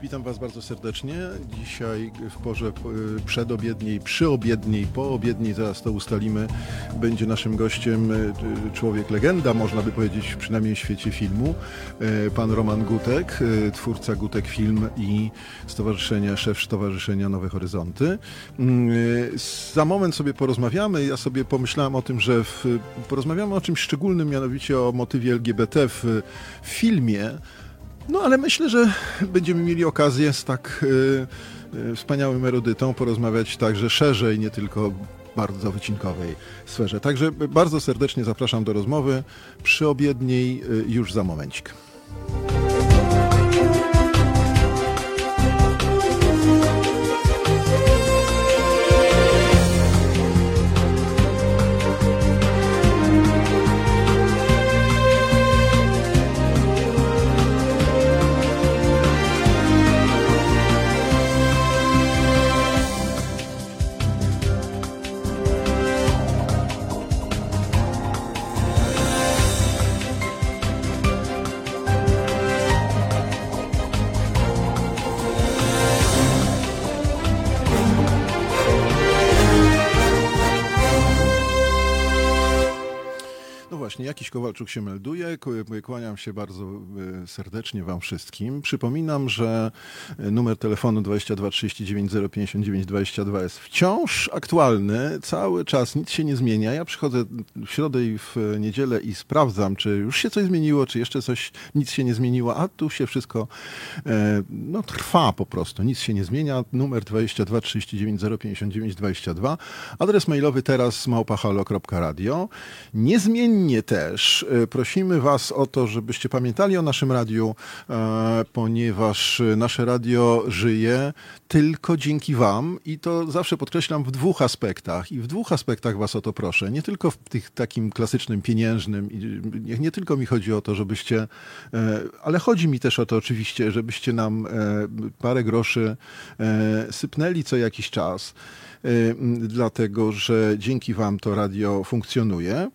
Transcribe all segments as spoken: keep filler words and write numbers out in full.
Witam Was bardzo serdecznie. Dzisiaj w porze przedobiedniej, przyobiedniej, poobiedniej, zaraz to ustalimy, będzie naszym gościem człowiek legenda, można by powiedzieć, przynajmniej w świecie filmu, pan Roman Gutek, twórca Gutek Film i stowarzyszenia, szef Stowarzyszenia Nowe Horyzonty. Za moment sobie porozmawiamy. Ja sobie pomyślałem o tym, że w, porozmawiamy o czymś szczególnym, mianowicie o motywie L G B T w, w filmie. No ale myślę, że będziemy mieli okazję z tak y, y, wspaniałym erudytą porozmawiać także szerzej, nie tylko bardzo wycinkowej sferze. Także bardzo serdecznie zapraszam do rozmowy przyobiedniej y, już za momencik. Jakiś Kowalczuk się melduje, kłaniam się bardzo serdecznie Wam wszystkim. Przypominam, że numer telefonu dwadzieścia dwa trzydzieści dziewięć zero pięćdziesiąt dziewięć dwadzieścia dwa jest wciąż aktualny, cały czas nic się nie zmienia. Ja przychodzę w środę i w niedzielę i sprawdzam, czy już się coś zmieniło, czy jeszcze coś, nic się nie zmieniło, a tu się wszystko no, trwa po prostu, nic się nie zmienia. Numer dwadzieścia dwa trzydzieści dziewięć zero pięćdziesiąt dziewięć dwadzieścia dwa, adres mailowy teraz małpa halo kropka radio. Niezmiennie też prosimy Was o to, żebyście pamiętali o naszym radiu, ponieważ nasze radio żyje tylko dzięki Wam i to zawsze podkreślam w dwóch aspektach i w dwóch aspektach Was o to proszę. Nie tylko w tych takim klasycznym, pieniężnym, nie, nie tylko mi chodzi o to, żebyście, ale chodzi mi też o to oczywiście, żebyście nam parę groszy sypnęli co jakiś czas, dlatego że dzięki Wam to radio funkcjonuje.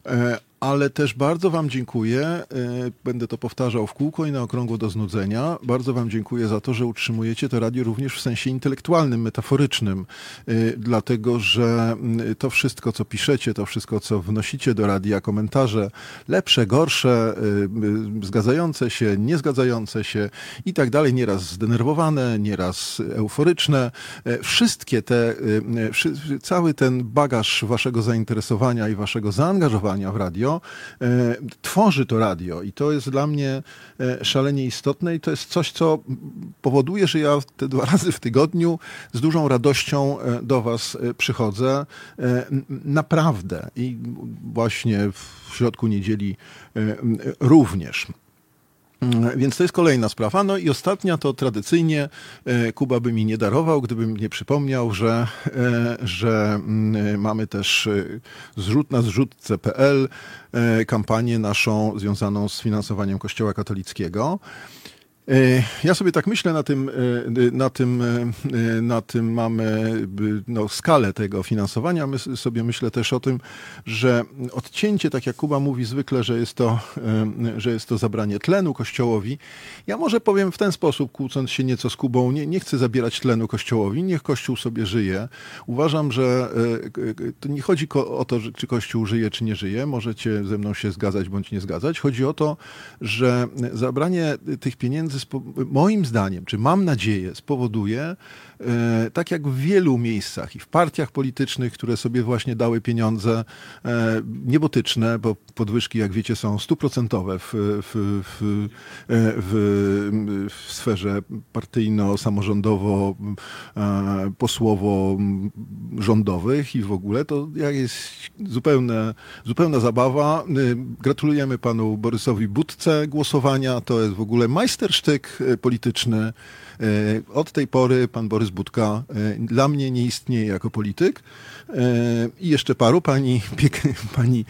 Ale też bardzo Wam dziękuję, będę to powtarzał w kółko i na okrągło do znudzenia, bardzo Wam dziękuję za to, że utrzymujecie to radio również w sensie intelektualnym, metaforycznym, dlatego że to wszystko, co piszecie, to wszystko, co wnosicie do radia, komentarze lepsze, gorsze, zgadzające się, niezgadzające się i tak dalej, nieraz zdenerwowane, nieraz euforyczne, wszystkie te, cały ten bagaż Waszego zainteresowania i Waszego zaangażowania w radio tworzy to radio i to jest dla mnie szalenie istotne i to jest coś, co powoduje, że ja te dwa razy w tygodniu z dużą radością do Was przychodzę. Naprawdę. I właśnie w środku niedzieli również. Więc to jest kolejna sprawa. No i ostatnia to tradycyjnie Kuba by mi nie darował, gdybym nie przypomniał, że, że mamy też zrzut na zrzutce kropka pe el kampanię naszą związaną z finansowaniem Kościoła katolickiego. Ja sobie tak myślę na tym, na tym, na tym mamy no, skalę tego finansowania. My sobie myślę też o tym, że odcięcie, tak jak Kuba mówi zwykle, że jest to, że jest to zabranie tlenu Kościołowi. Ja może powiem w ten sposób, kłócąc się nieco z Kubą, nie, nie chcę zabierać tlenu Kościołowi, niech Kościół sobie żyje. Uważam, że to nie chodzi o to, czy Kościół żyje, czy nie żyje. Możecie ze mną się zgadzać bądź nie zgadzać. Chodzi o to, że zabranie tych pieniędzy moim zdaniem, czy mam nadzieję, spowoduje, e, tak jak w wielu miejscach i w partiach politycznych, które sobie właśnie dały pieniądze e, niebotyczne, bo podwyżki, jak wiecie, są stuprocentowe w, w, w, w, w sferze partyjno-samorządowo, e, posłowo-rządowych i w ogóle, to jak jest zupełne, zupełna zabawa. Gratulujemy panu Borysowi Budce głosowania, to jest w ogóle majstersztyk polityczny. Od tej pory pan Borys Budka dla mnie nie istnieje jako polityk. I jeszcze paru, pani, pani,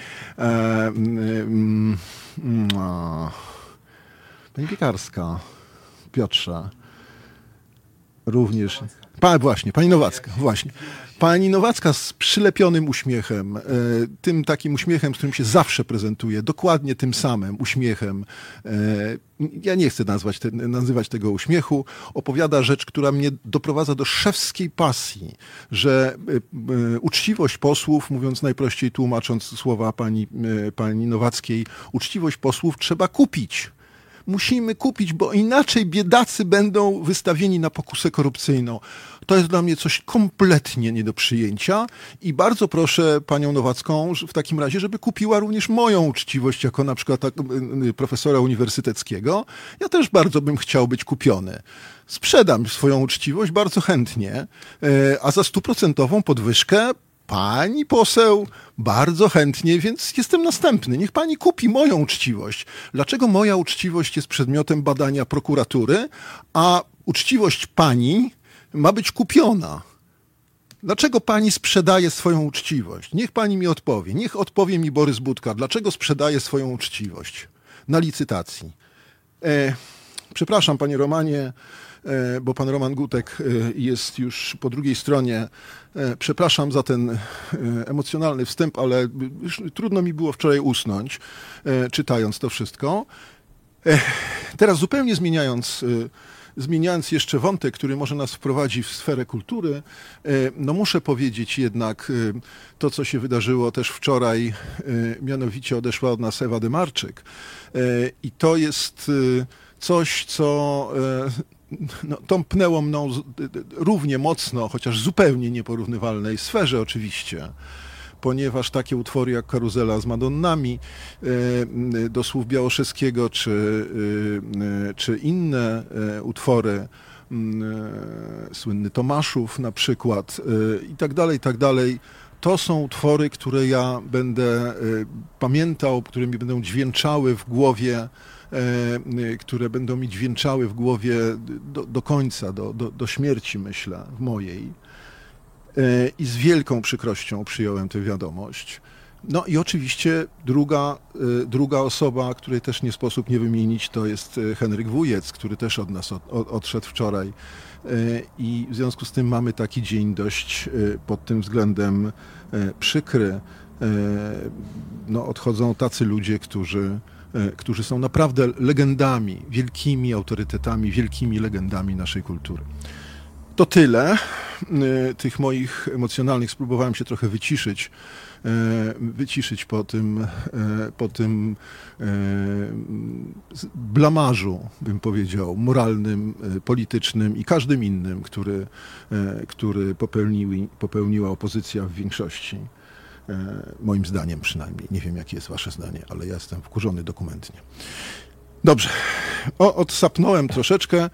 pani Piekarska, Piotrze. Również. Pa, właśnie, pani Nowacka, właśnie. Pani Nowacka z przylepionym uśmiechem, e, tym takim uśmiechem, z którym się zawsze prezentuje, dokładnie tym samym uśmiechem. E, ja nie chcę nazwać te, nazywać tego uśmiechu. Opowiada rzecz, która mnie doprowadza do szewskiej pasji, że e, e, uczciwość posłów, mówiąc najprościej, tłumacząc słowa pani, e, pani Nowackiej, uczciwość posłów trzeba kupić. Musimy kupić, bo inaczej biedacy będą wystawieni na pokusę korupcyjną. To jest dla mnie coś kompletnie nie do przyjęcia i bardzo proszę panią Nowacką w takim razie, żeby kupiła również moją uczciwość jako na przykład profesora uniwersyteckiego. Ja też bardzo bym chciał być kupiony. Sprzedam swoją uczciwość bardzo chętnie, a za stuprocentową podwyżkę pani poseł bardzo chętnie, więc jestem następny. Niech pani kupi moją uczciwość. Dlaczego moja uczciwość jest przedmiotem badania prokuratury, a uczciwość pani ma być kupiona? Dlaczego pani sprzedaje swoją uczciwość? Niech pani mi odpowie. Niech odpowie mi Borys Budka, dlaczego sprzedaje swoją uczciwość na licytacji. E, przepraszam, panie Romanie, e, bo pan Roman Gutek e, jest już po drugiej stronie. E, przepraszam za ten e, emocjonalny wstęp, ale już trudno mi było wczoraj usnąć, e, czytając to wszystko. E, teraz zupełnie zmieniając... E, Zmieniając jeszcze wątek, który może nas wprowadzi w sferę kultury, no muszę powiedzieć jednak to, co się wydarzyło też wczoraj, mianowicie odeszła od nas Ewa Demarczyk. I to jest coś, co no, tąpnęło mną równie mocno, chociaż zupełnie nieporównywalnej sferze oczywiście, ponieważ takie utwory jak Karuzela z Madonnami do słów Białoszewskiego, czy, czy inne utwory, słynny Tomaszów na przykład i tak dalej, i tak dalej, to są utwory, które ja będę pamiętał, które mi będą dźwięczały w głowie, które będą mi dźwięczały w głowie do, do końca, do, do, do śmierci, myślę, w mojej. I z wielką przykrością przyjąłem tę wiadomość. No i oczywiście druga, druga osoba, której też nie sposób nie wymienić, to jest Henryk Wujec, który też od nas od, odszedł wczoraj. I w związku z tym mamy taki dzień dość pod tym względem przykry. No, odchodzą tacy ludzie, którzy, którzy są naprawdę legendami, wielkimi autorytetami, wielkimi legendami naszej kultury. To tyle tych moich emocjonalnych. Spróbowałem się trochę wyciszyć, wyciszyć po tym, po tym blamarzu, bym powiedział, moralnym, politycznym i każdym innym, który, który popełnił, popełniła opozycja w większości. Moim zdaniem przynajmniej. Nie wiem, jakie jest wasze zdanie, ale ja jestem wkurzony dokumentnie. Dobrze, o, odsapnąłem troszeczkę.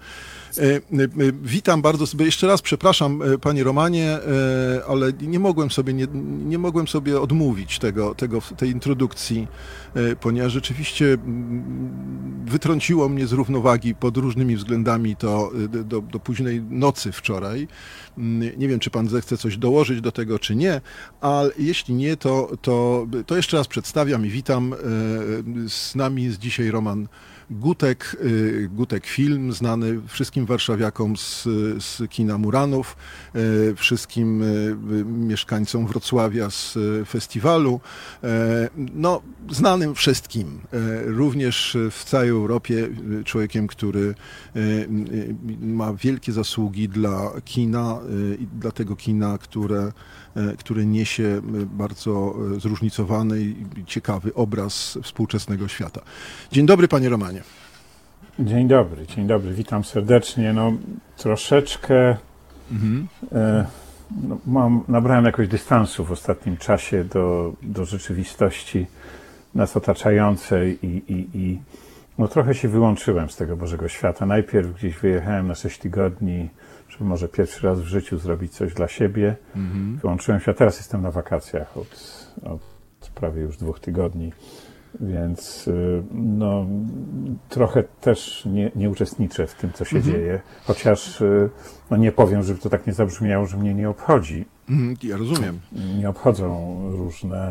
Witam bardzo sobie, jeszcze raz przepraszam panie Romanie, ale nie mogłem sobie, nie, nie mogłem sobie odmówić tego, tego, tej introdukcji, ponieważ rzeczywiście wytrąciło mnie z równowagi pod różnymi względami to do, do późnej nocy wczoraj. Nie wiem, czy pan zechce coś dołożyć do tego, czy nie, ale jeśli nie, to, to, to jeszcze raz przedstawiam i witam. Z nami jest dzisiaj Roman Gutek, Gutek Film, znany wszystkim warszawiakom z, z kina Muranów, wszystkim mieszkańcom Wrocławia z festiwalu, no znanym wszystkim, również w całej Europie, człowiekiem, który ma wielkie zasługi dla kina i dla tego kina, które, które niesie bardzo zróżnicowany i ciekawy obraz współczesnego świata. Dzień dobry, panie Romanie. Dzień dobry, dzień dobry, witam serdecznie. No, troszeczkę mhm. e, no, mam, nabrałem jakoś dystansu w ostatnim czasie do, do rzeczywistości nas otaczającej i, i, i no, trochę się wyłączyłem z tego Bożego Świata. Najpierw gdzieś wyjechałem na sześć tygodni, żeby może pierwszy raz w życiu zrobić coś dla siebie. Mhm. Wyłączyłem się, a teraz jestem na wakacjach od, od prawie już dwóch tygodni. Więc no, trochę też nie, nie uczestniczę w tym, co się mhm. dzieje, chociaż no, nie powiem, żeby to tak nie zabrzmiało, że mnie nie obchodzi. Mhm, ja rozumiem. Nie obchodzą różne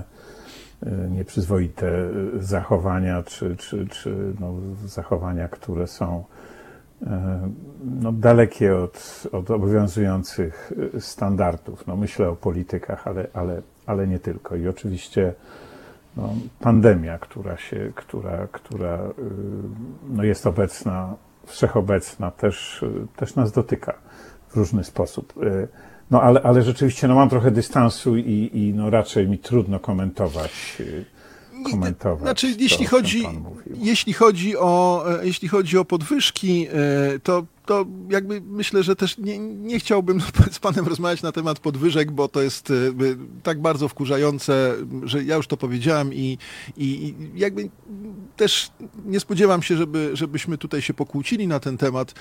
nieprzyzwoite zachowania, czy, czy, czy no, zachowania, które są no, dalekie od, od obowiązujących standardów. No, myślę o politykach, ale, ale, ale nie tylko. I oczywiście no, pandemia, która, się, która, która no, jest obecna, wszechobecna, też, też nas dotyka w różny sposób. No, ale, ale rzeczywiście no, mam trochę dystansu i, i no, raczej mi trudno komentować komentować. Znaczy, to, jeśli chodzi, jeśli chodzi o, jeśli chodzi o podwyżki, to, to jakby myślę, że też nie, nie chciałbym z panem rozmawiać na temat podwyżek, bo to jest tak bardzo wkurzające, że ja już to powiedziałem i, i jakby też nie spodziewam się, żeby, żebyśmy tutaj się pokłócili na ten temat.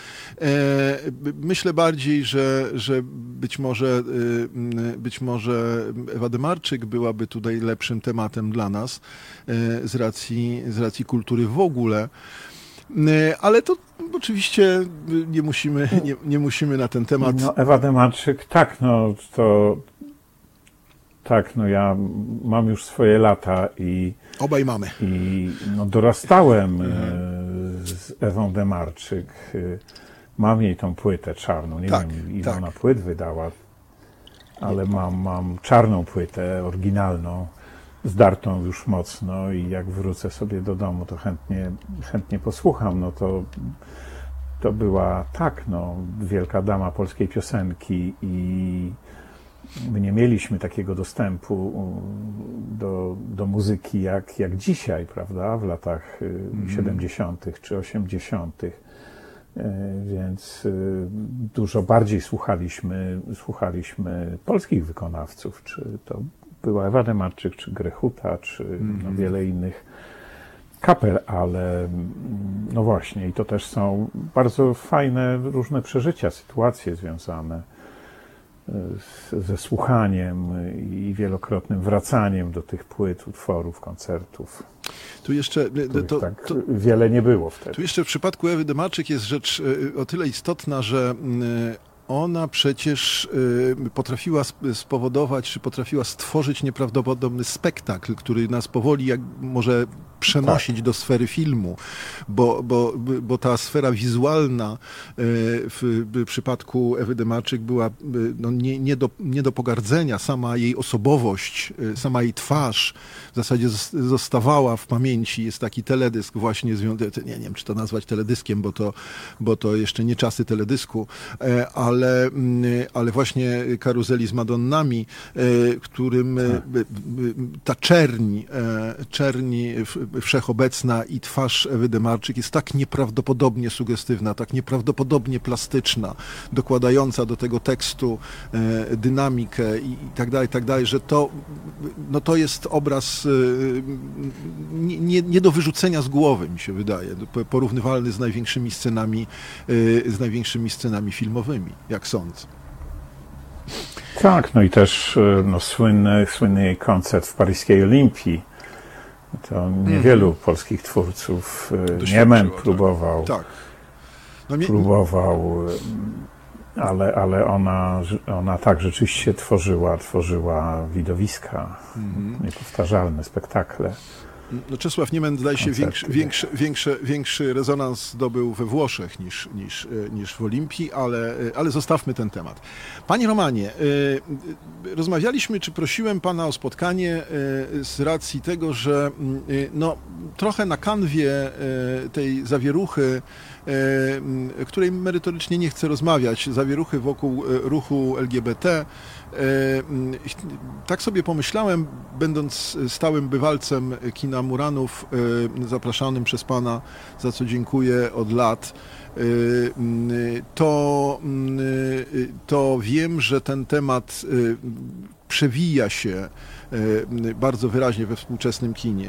Myślę bardziej, że, że być może, być może Ewa Demarczyk byłaby tutaj lepszym tematem dla nas z racji, z racji kultury w ogóle. Ale to oczywiście nie musimy, nie, nie musimy na ten temat. No, Ewa Demarczyk, tak, no to tak, no ja mam już swoje lata i obaj mamy. I no, dorastałem mhm. z Ewą Demarczyk. Mam jej tą płytę czarną. Nie tak, wiem, ile tak. ona płyt wydała, ale mam, mam czarną płytę, oryginalną, zdartą już mocno i jak wrócę sobie do domu, to chętnie, chętnie posłucham. No to, to była tak, no, wielka dama polskiej piosenki i my nie mieliśmy takiego dostępu do, do muzyki jak, jak dzisiaj, prawda, w latach mm. siedemdziesiątych czy osiemdziesiątych. Więc dużo bardziej słuchaliśmy, słuchaliśmy polskich wykonawców, czy to była Ewa Demarczyk, czy Grechuta, czy mm. no, wiele innych kapel, ale no właśnie, i to też są bardzo fajne różne przeżycia, sytuacje związane z, ze słuchaniem i wielokrotnym wracaniem do tych płyt, utworów, koncertów. Tu jeszcze to, tak to, wiele nie było wtedy. Tu jeszcze w przypadku Ewy Demarczyk jest rzecz o tyle istotna, że ona przecież potrafiła spowodować, czy potrafiła stworzyć nieprawdopodobny spektakl, który nas powoli jak może przenosić tak. do sfery filmu, bo, bo, bo ta sfera wizualna w przypadku Ewy Demarczyk była no, nie, nie, do, nie do pogardzenia. Sama jej osobowość, sama jej twarz w zasadzie zostawała w pamięci. Jest taki teledysk właśnie, nie, nie wiem, czy to nazwać teledyskiem, bo to, bo to jeszcze nie czasy teledysku, ale, ale właśnie Karuzeli z Madonnami, w którym ta czerń, czerń wszechobecna i twarz Ewy Demarczyk jest tak nieprawdopodobnie sugestywna, tak nieprawdopodobnie plastyczna, dokładająca do tego tekstu e, dynamikę i, i tak dalej, i tak dalej, że to, no to jest obraz e, nie, nie do wyrzucenia z głowy, mi się wydaje, porównywalny z największymi scenami, e, z największymi scenami filmowymi, jak sądzę. Tak, no i też no, słynny, słynny jej koncert w paryskiej Olimpii. To niewielu mm. polskich twórców. Niemen próbował, tak. Tak. No, mnie... próbował, ale, ale ona, ona tak rzeczywiście tworzyła, tworzyła widowiska, mm. niepowtarzalne spektakle. No, Czesław Niemen, zdaje się, większy, większy, większy, większy rezonans zdobył we Włoszech niż, niż, niż w Olimpii, ale, ale zostawmy ten temat. Panie Romanie, rozmawialiśmy, czy prosiłem pana o spotkanie z racji tego, że no, trochę na kanwie tej zawieruchy, której merytorycznie nie chcę rozmawiać, zawieruchy wokół ruchu L G B T, tak sobie pomyślałem, będąc stałym bywalcem kina Muranów, zapraszanym przez pana, za co dziękuję od lat, to, to wiem, że ten temat przewija się bardzo wyraźnie we współczesnym kinie.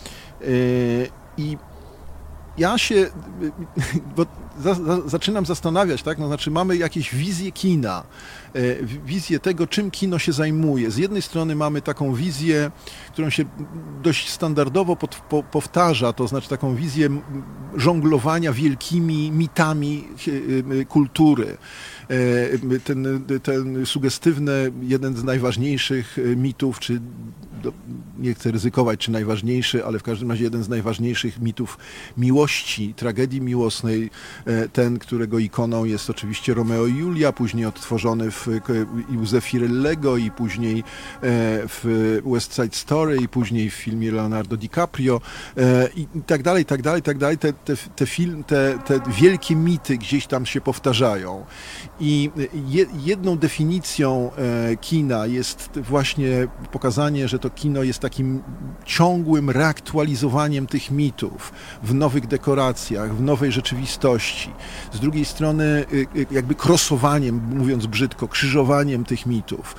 I ja się bo za, za, zaczynam zastanawiać, tak? No, znaczy mamy jakieś wizje kina, e, wizję tego, czym kino się zajmuje. Z jednej strony mamy taką wizję, którą się dość standardowo pod, po, powtarza, to znaczy taką wizję żonglowania wielkimi mitami e, kultury. E, ten, ten sugestywny, jeden z najważniejszych mitów, czy nie chcę ryzykować, czy najważniejszy, ale w każdym razie jeden z najważniejszych mitów miłości, tragedii miłosnej, ten, którego ikoną jest oczywiście Romeo i Julia, później odtworzony w Józefie Rellego i później w West Side Story i później w filmie Leonardo DiCaprio i tak dalej, tak dalej, tak dalej. Te, te, te, film, te, te wielkie mity gdzieś tam się powtarzają. I je, jedną definicją kina jest właśnie pokazanie, że to kino jest takim ciągłym reaktualizowaniem tych mitów w nowych dekoracjach, w nowej rzeczywistości. Z drugiej strony jakby krosowaniem, mówiąc brzydko, krzyżowaniem tych mitów.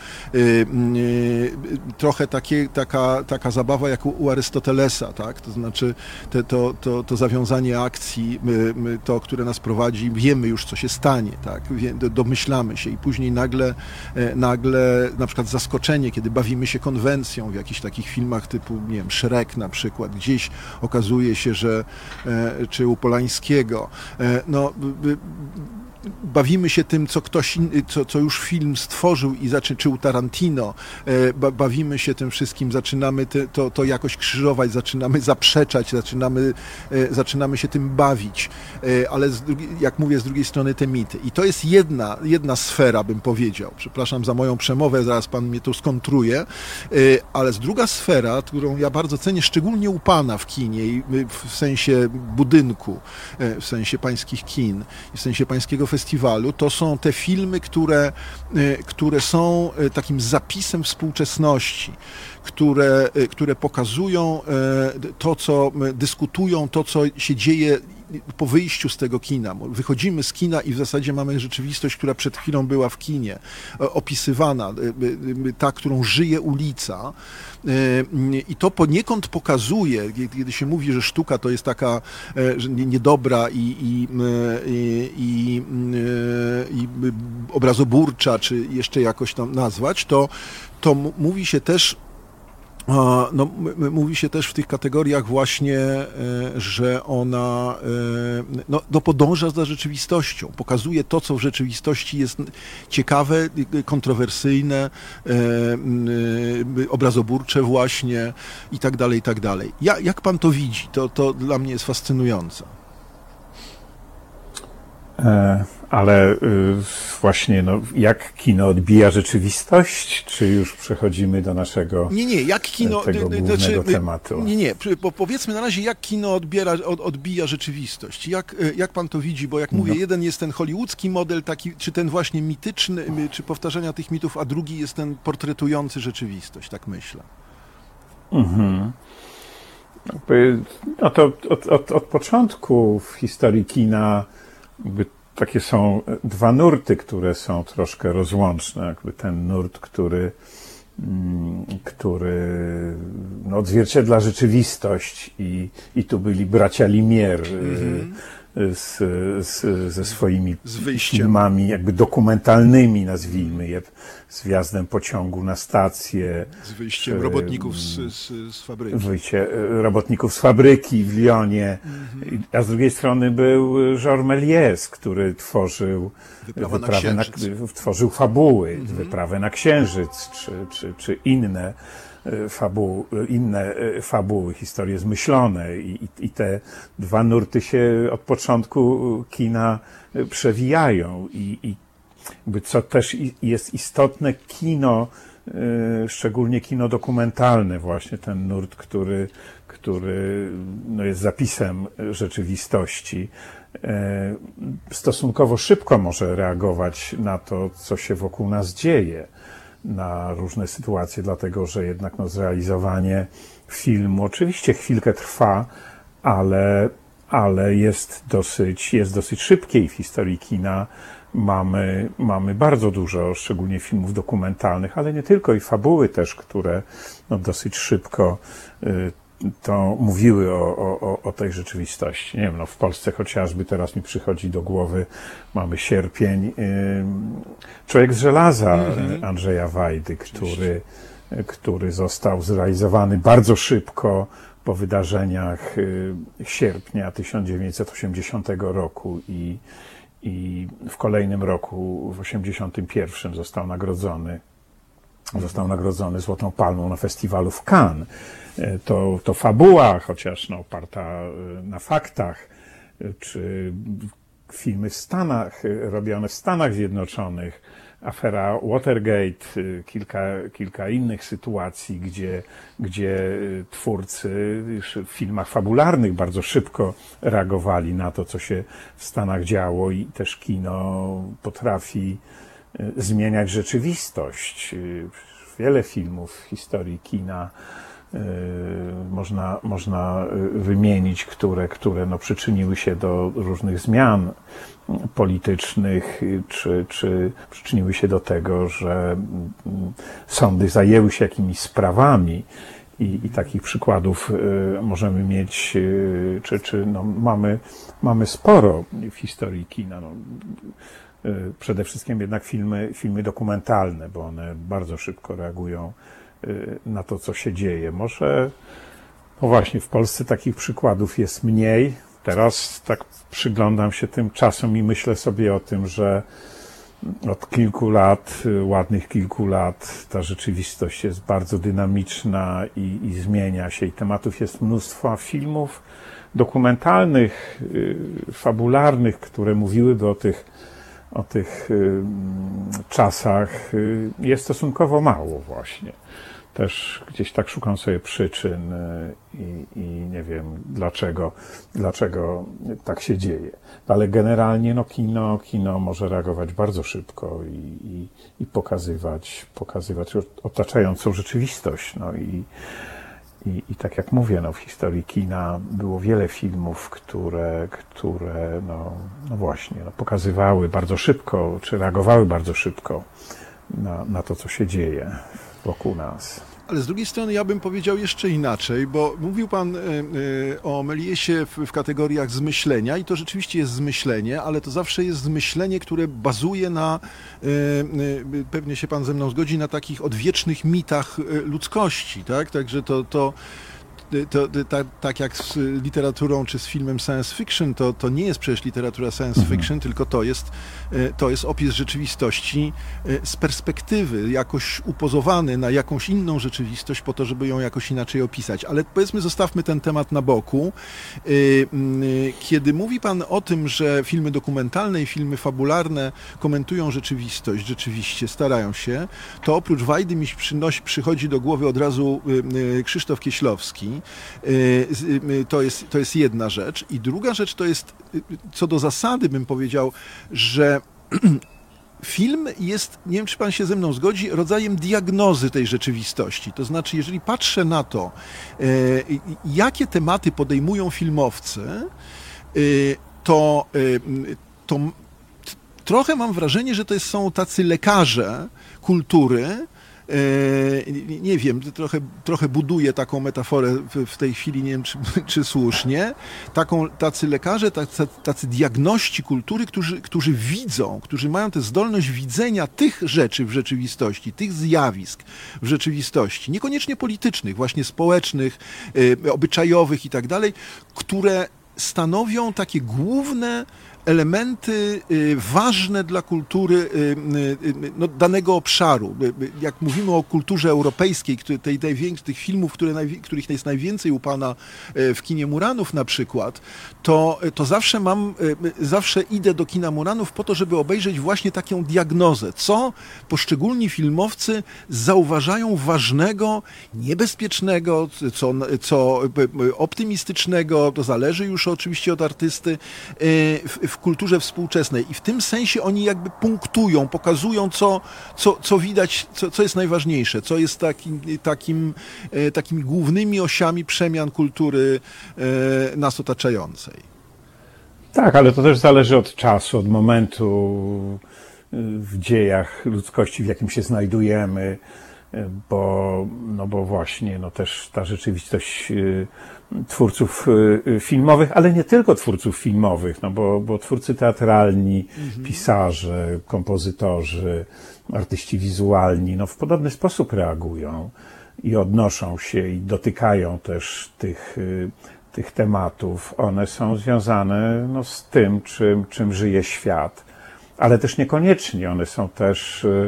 Trochę takie, taka, taka zabawa jak u Arystotelesa, tak? To znaczy te, to, to, to zawiązanie akcji, to, które nas prowadzi, wiemy już, co się stanie, tak? Domyślamy się i później nagle, nagle na przykład zaskoczenie, kiedy bawimy się konwencją w jakichś takich filmach typu, nie wiem, Shrek na przykład, gdzieś okazuje się, że czy u Polańskiego, no bawimy się tym, co ktoś, co, co już film stworzył i zaczy, czy u Tarantino, ba, bawimy się tym wszystkim, zaczynamy te, to, to jakoś krzyżować, zaczynamy zaprzeczać, zaczynamy, zaczynamy się tym bawić, ale z drugiej, jak mówię, z drugiej strony te mity. I to jest jedna, jedna sfera, bym powiedział. Przepraszam za moją przemowę, zaraz pan mnie tu skontruje, ale z druga sfera, którą ja bardzo cenię, szczególnie u pana w kinie, w sensie budynku, w sensie pańskich kin, w sensie pańskiego festiwalu, to są te filmy, które, które są takim zapisem współczesności, które, które pokazują to, co dyskutują, to, co się dzieje po wyjściu z tego kina. Wychodzimy z kina i w zasadzie mamy rzeczywistość, która przed chwilą była w kinie, opisywana, ta, którą żyje ulica. I to poniekąd pokazuje, kiedy się mówi, że sztuka to jest taka że niedobra i, i, i, i, i obrazoburcza, czy jeszcze jakoś tam nazwać, to, to mówi się też No, mówi się też w tych kategoriach właśnie, że ona no, no podąża za rzeczywistością, pokazuje to, co w rzeczywistości jest ciekawe, kontrowersyjne, obrazoburcze właśnie i tak dalej, i tak dalej. Ja, jak pan to widzi? To, to dla mnie jest fascynujące. E, ale y, właśnie, no, jak kino odbija rzeczywistość, czy już przechodzimy do naszego nie, nie, jak kino, tego głównego znaczy, tematu? Nie, nie, bo powiedzmy na razie, jak kino odbiera, od, odbija rzeczywistość. Jak, jak pan to widzi? Bo jak mówię, no. jeden jest ten hollywoodzki model, taki, czy ten właśnie mityczny, czy powtarzania tych mitów, a drugi jest ten portretujący rzeczywistość, tak myślę. Mhm. No to od, od, od początku w historii kina jakby takie są dwa nurty, które są troszkę rozłączne. Jakby ten nurt, który, który no, odzwierciedla rzeczywistość i, i tu byli bracia Lumière mm-hmm. z, z, ze swoimi z filmami jakby dokumentalnymi, nazwijmy je, z wjazdem pociągu na stację. Z wyjściem robotników z, z, z fabryki. Wyjście robotników z fabryki w Lyonie. Mm-hmm. A z drugiej strony był Georges Méliès, który tworzył Wyprawa wyprawę na na, tworzył fabuły, mm-hmm. Wyprawę na Księżyc, czy, czy, czy inne fabuły, inne fabuły, historie zmyślone i, i te dwa nurty się od początku kina przewijają i, i jakby co też jest istotne, kino, szczególnie kino dokumentalne, właśnie ten nurt, który, który no jest zapisem rzeczywistości, stosunkowo szybko może reagować na to, co się wokół nas dzieje, na różne sytuacje, dlatego że jednak no, zrealizowanie filmu oczywiście chwilkę trwa, ale, ale jest dosyć, jest dosyć szybkie i w historii kina mamy, mamy bardzo dużo, szczególnie filmów dokumentalnych, ale nie tylko, i fabuły też, które no, dosyć szybko y, to mówiły o, o, o tej rzeczywistości. Nie wiem, no w Polsce chociażby teraz mi przychodzi do głowy, mamy sierpień, y, Człowiek z żelaza mm-hmm. Andrzeja Wajdy, który, który został zrealizowany bardzo szybko po wydarzeniach y, sierpnia tysiąc dziewięćset osiemdziesiątego roku i, i w kolejnym roku, w osiemdziesiątym pierwszym został nagrodzony Został nagrodzony Złotą Palmą na festiwalu w Cannes. To, to fabuła, chociaż no, oparta na faktach, czy filmy w Stanach, robione w Stanach Zjednoczonych, afera Watergate, kilka, kilka innych sytuacji, gdzie, gdzie twórcy w filmach fabularnych bardzo szybko reagowali na to, co się w Stanach działo, i też kino potrafi zmieniać rzeczywistość. Wiele filmów w historii kina Można, można wymienić, które, które no przyczyniły się do różnych zmian politycznych, czy, czy przyczyniły się do tego, że sądy zajęły się jakimiś sprawami. I, i takich przykładów możemy mieć, czy, czy no mamy, mamy sporo w historii kina. No, przede wszystkim jednak filmy, filmy dokumentalne, bo one bardzo szybko reagują na to, co się dzieje. Może, no właśnie, w Polsce takich przykładów jest mniej. Teraz tak przyglądam się tym czasom i myślę sobie o tym, że od kilku lat, ładnych kilku lat, ta rzeczywistość jest bardzo dynamiczna i, i zmienia się. I tematów jest mnóstwo, a filmów dokumentalnych, fabularnych, które mówiłyby o tych, o tych czasach, jest stosunkowo mało właśnie. Też gdzieś tak szukam sobie przyczyn i, i nie wiem dlaczego, dlaczego tak się dzieje. Ale generalnie no kino, kino może reagować bardzo szybko i, i, i pokazywać, pokazywać otaczającą rzeczywistość. No i, i, i tak jak mówię, no w historii kina było wiele filmów, które, które no, no właśnie, no pokazywały bardzo szybko, czy reagowały bardzo szybko na, na to, co się dzieje wokół nas. Ale z drugiej strony ja bym powiedział jeszcze inaczej, bo mówił pan y, y, o Meliesie w, w kategoriach zmyślenia i to rzeczywiście jest zmyślenie, ale to zawsze jest zmyślenie, które bazuje na, y, y, pewnie się pan ze mną zgodzi, na takich odwiecznych mitach ludzkości, tak? Także to, to To, to, tak, tak jak z literaturą czy z filmem science fiction, to, to nie jest przecież literatura science fiction, mhm. tylko to jest, to jest opis rzeczywistości z perspektywy, jakoś upozowany na jakąś inną rzeczywistość po to, żeby ją jakoś inaczej opisać. Ale powiedzmy, zostawmy ten temat na boku. Kiedy mówi pan o tym, że filmy dokumentalne i filmy fabularne komentują rzeczywistość, rzeczywiście starają się, to oprócz Wajdy mi przynosi, przychodzi do głowy od razu Krzysztof Kieślowski. To jest, to jest jedna rzecz. I druga rzecz to jest, co do zasady bym powiedział, że film jest, nie wiem, czy pan się ze mną zgodzi, rodzajem diagnozy tej rzeczywistości. To znaczy, jeżeli patrzę na to, jakie tematy podejmują filmowcy, to, to trochę mam wrażenie, że to są tacy lekarze kultury. Nie wiem, trochę, trochę buduję taką metaforę w, w tej chwili, nie wiem, czy, czy słusznie. Taką, tacy lekarze, tacy, tacy diagności kultury, którzy, którzy widzą, którzy mają tę zdolność widzenia tych rzeczy w rzeczywistości, tych zjawisk w rzeczywistości, niekoniecznie politycznych, właśnie społecznych, y, obyczajowych i tak dalej, które stanowią takie główne elementy ważne dla kultury no, danego obszaru. Jak mówimy o kulturze europejskiej, tej, tej, tych filmów, które, których jest najwięcej u pana w kinie Muranów na przykład, to, to zawsze mam, zawsze idę do kina Muranów po to, żeby obejrzeć właśnie taką diagnozę, co poszczególni filmowcy zauważają ważnego, niebezpiecznego, co, co optymistycznego, to zależy już oczywiście od artysty, w, w kulturze współczesnej. I w tym sensie oni jakby punktują, pokazują, co, co, co widać, co, co jest najważniejsze, co jest takim, takim, takimi głównymi osiami przemian kultury nas otaczającej. Tak, ale to też zależy od czasu, od momentu w dziejach ludzkości, w jakim się znajdujemy, bo, no bo właśnie no też ta rzeczywistość twórców filmowych, ale nie tylko twórców filmowych, no bo, bo twórcy teatralni, mhm. pisarze, kompozytorzy, artyści wizualni, no w podobny sposób reagują i odnoszą się i dotykają też tych, tych tematów. One są związane no, z tym, czym, czym żyje świat, ale też niekoniecznie. One są też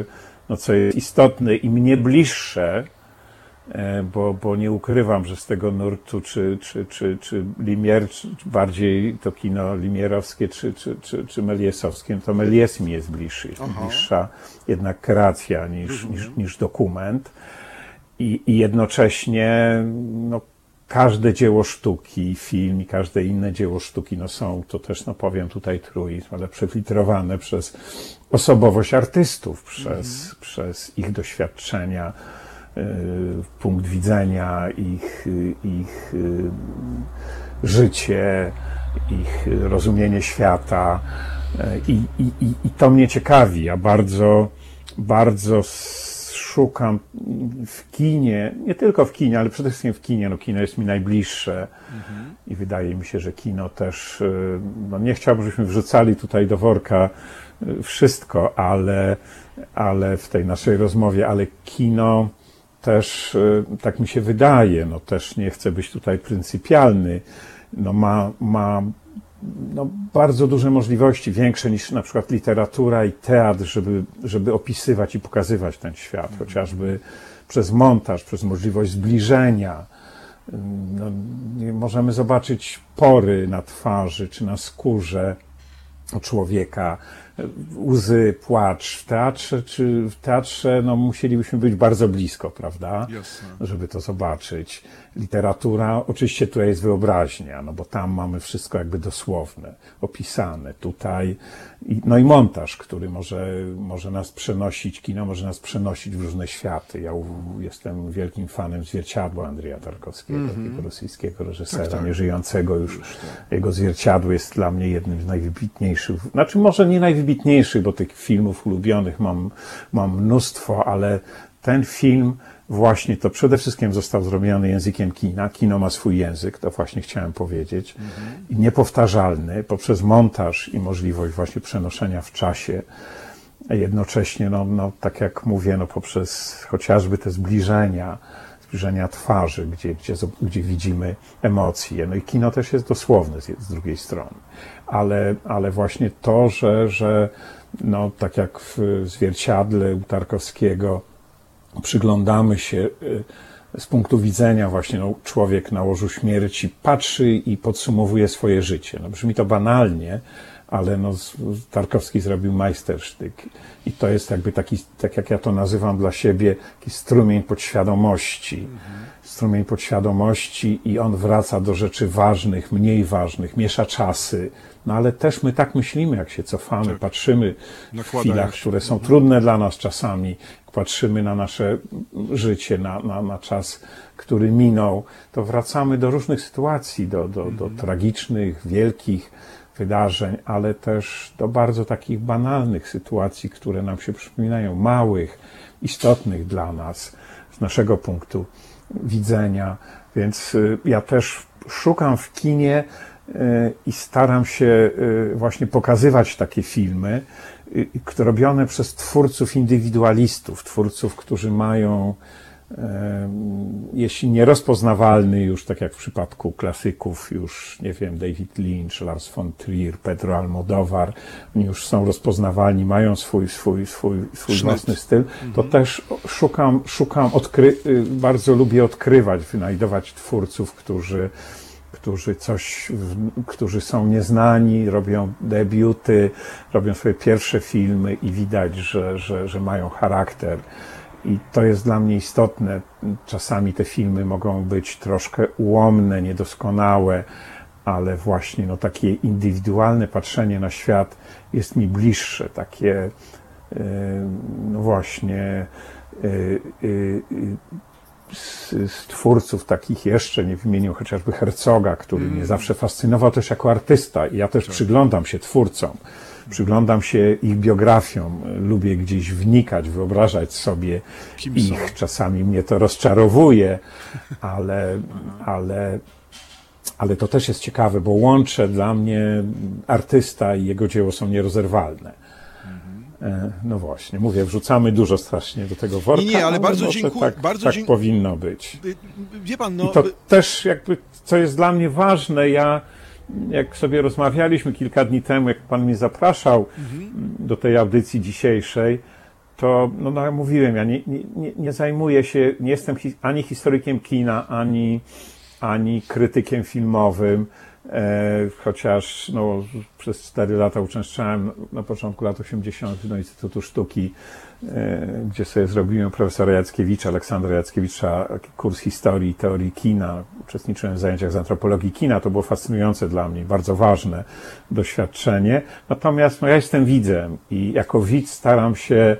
no co jest istotne i mnie bliższe, bo, bo nie ukrywam, że z tego nurtu, czy, czy, czy, czy Limier, czy bardziej to kino limierowskie, czy, czy, czy, czy Meliesowskie, no to Méliès mi jest bliższy, jest mi bliższa jednak kreacja niż, niż, niż dokument. I, i jednocześnie no, każde dzieło sztuki, film i każde inne dzieło sztuki, no są, to też no powiem tutaj truizm, ale przefiltrowane przez osobowość artystów, przez, mhm. przez ich doświadczenia, y, punkt widzenia, ich, ich y, życie, ich rozumienie świata y, i, i, i to mnie ciekawi. Ja bardzo, bardzo szukam w kinie, nie tylko w kinie, ale przede wszystkim w kinie. No, kino jest mi najbliższe mhm. i wydaje mi się, że kino też, no nie chciałbym, żebyśmy wrzucali tutaj do worka wszystko, ale, ale w tej naszej rozmowie, ale kino też, tak mi się wydaje, no też nie chcę być tutaj pryncypialny, no ma, ma no, bardzo duże możliwości, większe niż na przykład literatura i teatr, żeby, żeby opisywać i pokazywać ten świat, chociażby przez montaż, przez możliwość zbliżenia. No, możemy zobaczyć pory na twarzy czy na skórze człowieka, łzy, płacz. W teatrze, czy w teatrze no, musielibyśmy być bardzo blisko, prawda? Jasne. Żeby to zobaczyć. Literatura, oczywiście tutaj jest wyobraźnia, no bo tam mamy wszystko jakby dosłowne, opisane. Tutaj, no i montaż, który może, może nas przenosić, kino może nas przenosić w różne światy. Ja jestem wielkim fanem Zwierciadła Andrzeja Tarkowskiego, mm-hmm. takiego rosyjskiego reżysera, tak, tak. nieżyjącego już. już tak. Jego Zwierciadło jest dla mnie jednym z najwybitniejszych, znaczy może nie najwybitniejszych, bo tych filmów ulubionych mam, mam mnóstwo, ale ten film właśnie to przede wszystkim został zrobiony językiem kina. Kino ma swój język, to właśnie chciałem powiedzieć. Mhm. I niepowtarzalny poprzez montaż i możliwość właśnie przenoszenia w czasie. A jednocześnie, no, no, tak jak mówię, no, poprzez chociażby te zbliżenia, zbliżenia twarzy, gdzie, gdzie, gdzie widzimy emocje. No i kino też jest dosłowne z, z drugiej strony. Ale, ale właśnie to, że, że no, tak jak w Zwierciadle u Tarkowskiego przyglądamy się z punktu widzenia właśnie no, człowiek na łożu śmierci patrzy i podsumowuje swoje życie. No, brzmi to banalnie, ale no, Tarkowski zrobił majstersztyk i to jest jakby taki, tak jak ja to nazywam dla siebie, taki strumień podświadomości. Mhm. Strumień podświadomości i on wraca do rzeczy ważnych, mniej ważnych, miesza czasy. No ale też my tak myślimy, jak się cofamy, tak. patrzymy w chwilach, które są trudne dla nas czasami, patrzymy na nasze życie, na, na, na czas, który minął, to wracamy do różnych sytuacji, do, do, do tragicznych, wielkich wydarzeń, ale też do bardzo takich banalnych sytuacji, które nam się przypominają, małych, istotnych dla nas, z naszego punktu widzenia. Więc ja też szukam w kinie i staram się właśnie pokazywać takie filmy, robione przez twórców indywidualistów, twórców, którzy mają, jeśli nie rozpoznawalny już, tak jak w przypadku klasyków, już, nie wiem, David Lynch, Lars von Trier, Pedro Almodóvar, oni już są rozpoznawalni, mają swój, swój, swój, swój własny styl, to mhm. też szukam, szukam odkry- bardzo lubię odkrywać, wynajdować twórców, którzy którzy coś, którzy są nieznani, robią debiuty, robią swoje pierwsze filmy i widać, że, że, że mają charakter. I to jest dla mnie istotne. Czasami te filmy mogą być troszkę ułomne, niedoskonałe, ale właśnie no, takie indywidualne patrzenie na świat jest mi bliższe. Takie, yy, no właśnie, yy, yy, Z, z twórców takich jeszcze, nie wymienił chociażby Herzoga, który mm. mnie zawsze fascynował też jako artysta i ja też tak. przyglądam się twórcom, przyglądam się ich biografiom, lubię gdzieś wnikać, wyobrażać sobie Kim ich, są? Czasami mnie to rozczarowuje, ale, ale, ale to też jest ciekawe, bo łącze dla mnie artysta i jego dzieło są nierozerwalne. No właśnie, mówię, wrzucamy dużo strasznie do tego worka. Nie, nie, ale bardzo dziękuję. Tak, bardzo tak dziękuję. powinno być. Wie pan, no... I to też jakby, co jest dla mnie ważne, ja, jak sobie rozmawialiśmy kilka dni temu, jak pan mnie zapraszał mhm. do tej audycji dzisiejszej, to, no, no jak mówiłem, ja nie, nie, nie zajmuję się, nie jestem hi, ani historykiem kina, ani, ani krytykiem filmowym, e, chociaż no, przez cztery lata uczęszczałem na początku lat osiemdziesiątych do Instytutu Sztuki, e, gdzie sobie zrobiłem profesora Jackiewicza, Aleksandra Jackiewicza, kurs historii i teorii kina. Uczestniczyłem w zajęciach z antropologii kina, to było fascynujące dla mnie, bardzo ważne doświadczenie. Natomiast no, ja jestem widzem i jako widz staram się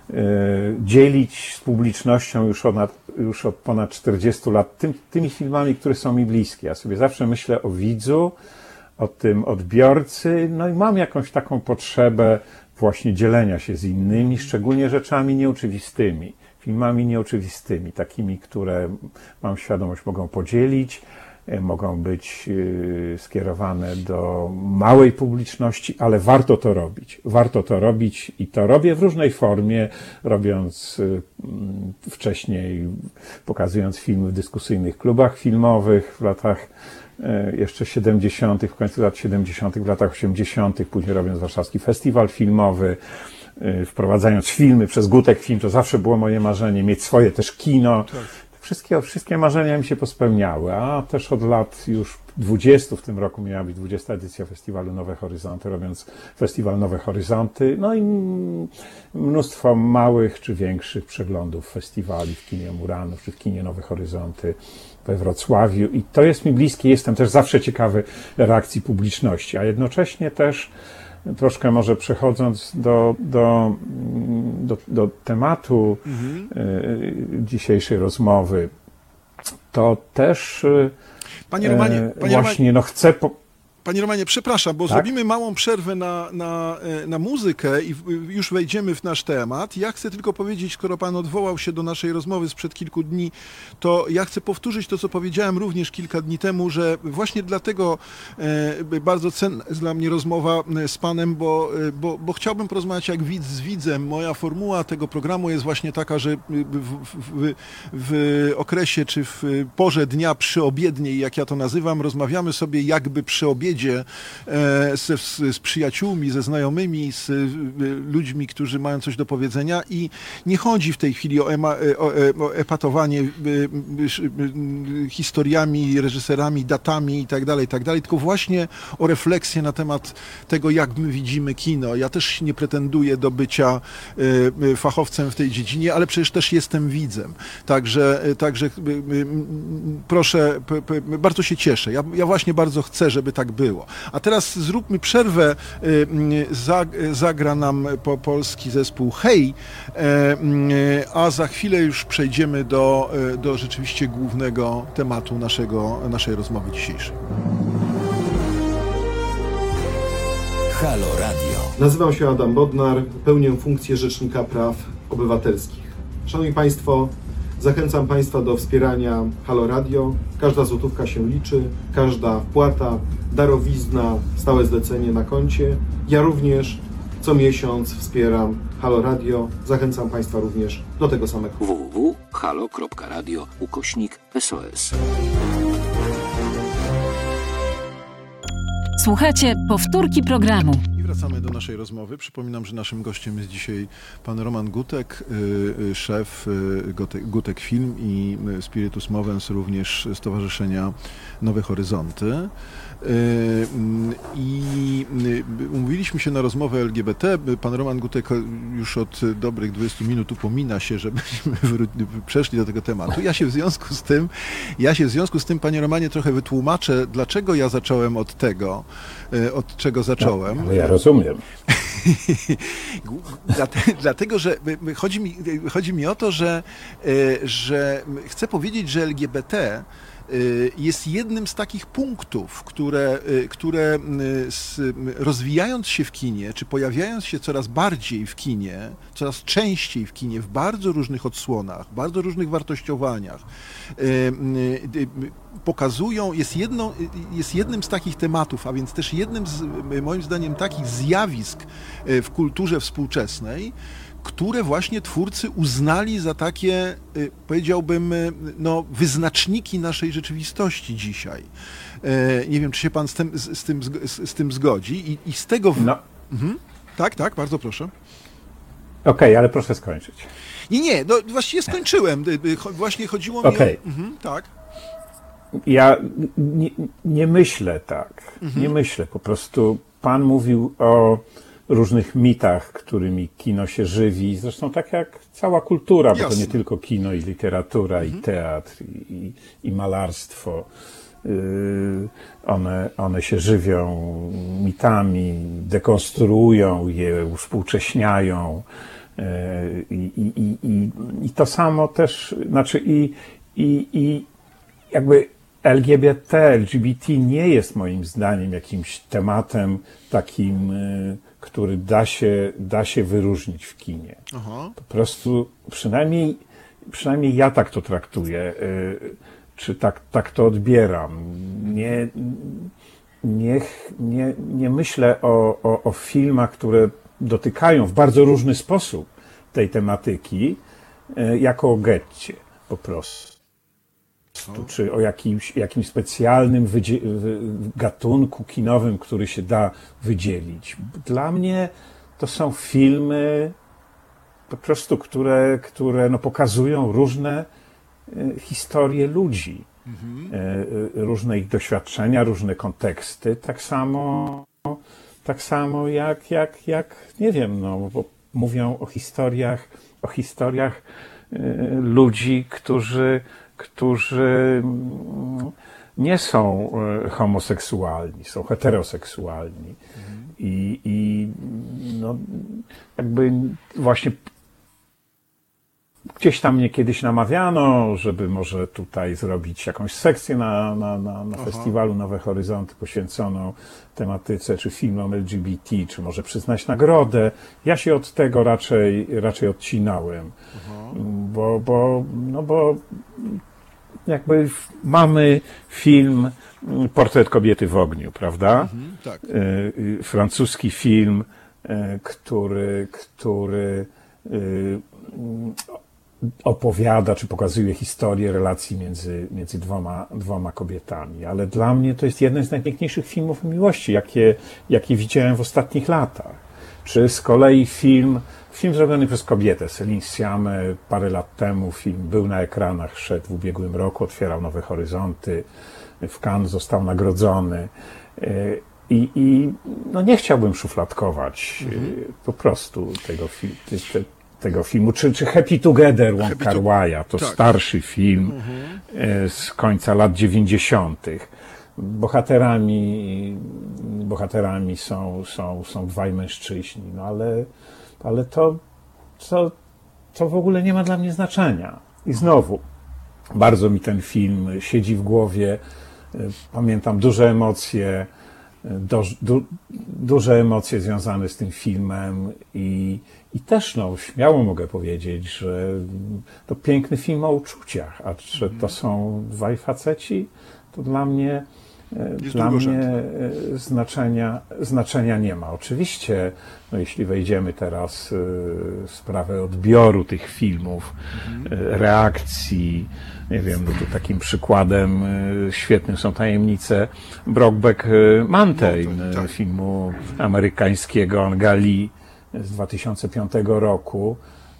dzielić z publicznością już od, już od ponad czterdziestu lat tym, tymi filmami, które są mi bliskie. Ja sobie zawsze myślę o widzu, o tym odbiorcy, no i mam jakąś taką potrzebę właśnie dzielenia się z innymi, szczególnie rzeczami nieoczywistymi, filmami nieoczywistymi, takimi, które mam świadomość mogą podzielić, mogą być skierowane do małej publiczności, ale warto to robić. Warto to robić i to robię w różnej formie, robiąc wcześniej, pokazując filmy w dyskusyjnych klubach filmowych w latach jeszcze siedemdziesiątych, w końcu lat siedemdziesiątych, w latach osiemdziesiątych, później robiąc Warszawski Festiwal Filmowy, wprowadzając filmy przez Gutek Film, to zawsze było moje marzenie, mieć swoje też kino. Wszystkie, wszystkie marzenia mi się pospełniały, a też od lat już dwudziestu, w tym roku miała być dwudziesta edycja festiwalu Nowe Horyzonty, robiąc festiwal Nowe Horyzonty, no i mnóstwo małych czy większych przeglądów festiwali w kinie Muranów, czy w kinie Nowe Horyzonty we Wrocławiu i to jest mi bliskie, jestem też zawsze ciekawy reakcji publiczności, a jednocześnie też troszkę może przechodząc do, do, do, do tematu mhm. dzisiejszej rozmowy, to też Panie Romanie, Panie właśnie Romanie, no chcę... Po... Panie Romanie, przepraszam, bo tak? zrobimy małą przerwę na, na, na muzykę i już wejdziemy w nasz temat. Ja chcę tylko powiedzieć, skoro Pan odwołał się do naszej rozmowy sprzed kilku dni, to ja chcę powtórzyć to, co powiedziałem również kilka dni temu, że właśnie dlatego e, bardzo cenna jest dla mnie rozmowa z Panem, bo, bo, bo chciałbym porozmawiać jak widz z widzem. Moja formuła tego programu jest właśnie taka, że w, w, w okresie czy w porze dnia przyobiedniej, jak ja to nazywam, rozmawiamy sobie jakby przy obiedzie Z, z, z przyjaciółmi, ze znajomymi, z ludźmi, którzy mają coś do powiedzenia i nie chodzi w tej chwili o, ema, o, o epatowanie historiami, reżyserami, datami i tak dalej, i tak dalej, tylko właśnie o refleksję na temat tego, jak my widzimy kino. Ja też nie pretenduję do bycia fachowcem w tej dziedzinie, ale przecież też jestem widzem. Także, także proszę, bardzo się cieszę. Ja, ja właśnie bardzo chcę, żeby tak było. A teraz zróbmy przerwę. Zagra nam po polski zespół Hej, a za chwilę już przejdziemy do, do rzeczywiście głównego tematu naszego, naszej rozmowy dzisiejszej. Halo Radio. Nazywam się Adam Bodnar, pełnię funkcję Rzecznika Praw Obywatelskich. Szanowni Państwo, zachęcam Państwa do wspierania Halo Radio. Każda złotówka się liczy, każda wpłata, darowizna, stałe zlecenie na koncie. Ja również co miesiąc wspieram Halo Radio. Zachęcam Państwa również do tego samego. w w w kropka halo kropka radio ukośnik S O S. Słuchajcie, powtórki programu. I wracamy do naszej rozmowy. Przypominam, że naszym gościem jest dzisiaj pan Roman Gutek, szef Gutek Film i Spiritus Movens, również Stowarzyszenia Nowe Horyzonty. I umówiliśmy się na rozmowę L G B T. Pan Roman Gutek już od dobrych dwudziestu minut upomina się, żebyśmy przeszli do tego tematu. Ja się w związku z tym, ja się w związku z tym, panie Romanie, trochę wytłumaczę, dlaczego ja zacząłem od tego, od czego zacząłem. No, ale ja rozumiem. Dlatego, że chodzi mi, chodzi mi o to, że, że chcę powiedzieć, że L G B T jest jednym z takich punktów, które, które rozwijając się w kinie, czy pojawiając się coraz bardziej w kinie, coraz częściej w kinie, w bardzo różnych odsłonach, bardzo różnych wartościowaniach, pokazują, jest, jedną, jest jednym z takich tematów, a więc też jednym z, moim zdaniem, takich zjawisk w kulturze współczesnej, które właśnie twórcy uznali za takie, powiedziałbym, no, wyznaczniki naszej rzeczywistości dzisiaj. Nie wiem, czy się pan z tym, z tym, z, z tym zgodzi. I, i z tego... W... No. Mhm. Tak, tak, bardzo proszę. Okej, ale proszę skończyć. Nie, nie, no właściwie skończyłem. Y, y, cho- Właśnie chodziło mi Okej. o... Mhm, tak. Ja nie, nie myślę tak. Nie myślę. Po prostu pan mówił o różnych mitach, którymi kino się żywi. Zresztą tak jak cała kultura, bo to Jasne. nie tylko kino i literatura, i teatr, i, i, i malarstwo. Yy, one, one się żywią mitami, dekonstruują je, uwspółcześniają. Yy, I, i, i, i, I to samo też, znaczy i, i, i jakby L G B T, L G B T nie jest moim zdaniem jakimś tematem takim, y, który da się, da się wyróżnić w kinie. Aha. Po prostu przynajmniej, przynajmniej ja tak to traktuję, y, czy tak, tak to odbieram. Nie, nie, nie, nie myślę o, o, o filmach, które dotykają w bardzo różny sposób tej tematyki, y, jako o getcie po prostu. Czy o jakimś, jakimś specjalnym wydzie- gatunku kinowym, który się da wydzielić. Dla mnie to są filmy po prostu, które, które no pokazują różne e, historie ludzi, mhm. e, różne ich doświadczenia, różne konteksty, tak samo, tak samo jak, jak, jak nie wiem, no, bo mówią o historiach, o historiach e, ludzi, którzy którzy nie są homoseksualni, są heteroseksualni. Mhm. I, i no, jakby właśnie gdzieś tam mnie kiedyś namawiano, żeby może tutaj zrobić jakąś sekcję na, na, na, na festiwalu Nowe Horyzonty poświęconą tematyce, czy filmom L G B T, czy może przyznać nagrodę. Ja się od tego raczej, raczej odcinałem, Aha. bo, bo, no bo jakby mamy film Portret kobiety w ogniu, prawda? Mhm, tak. Francuski film, który, który opowiada, czy pokazuje historię relacji między, między dwoma, dwoma kobietami. Ale dla mnie to jest jeden z najpiękniejszych filmów o miłości, jakie, jakie widziałem w ostatnich latach. Czy z kolei film, film zrobiony przez kobietę, Céline Sciamma, parę lat temu film był na ekranach, szedł w ubiegłym roku, otwierał Nowe Horyzonty, w Cannes został nagrodzony. I, i no nie chciałbym szufladkować mhm. po prostu tego, fi- te, tego filmu. Czy, czy Happy Together Wong Kar-wai'a, to tak. starszy film mhm. z końca lat dziewięćdziesiątych. Bohaterami, bohaterami są, są, są dwaj mężczyźni, no ale, ale to, to, to w ogóle nie ma dla mnie znaczenia. I znowu, bardzo mi ten film siedzi w głowie. Pamiętam duże emocje, do, du, duże emocje związane z tym filmem i, i też no, śmiało mogę powiedzieć, że to piękny film o uczuciach, a że to są dwaj faceci, to dla mnie Jest Dla mnie znaczenia, znaczenia nie ma. Oczywiście, no jeśli wejdziemy teraz w sprawę odbioru tych filmów, mhm. reakcji, nie wiem, no to takim przykładem świetnym są Tajemnice Brokeback Mountain, no to, tak. filmu amerykańskiego Anga Lee z dwa tysiące piątego roku.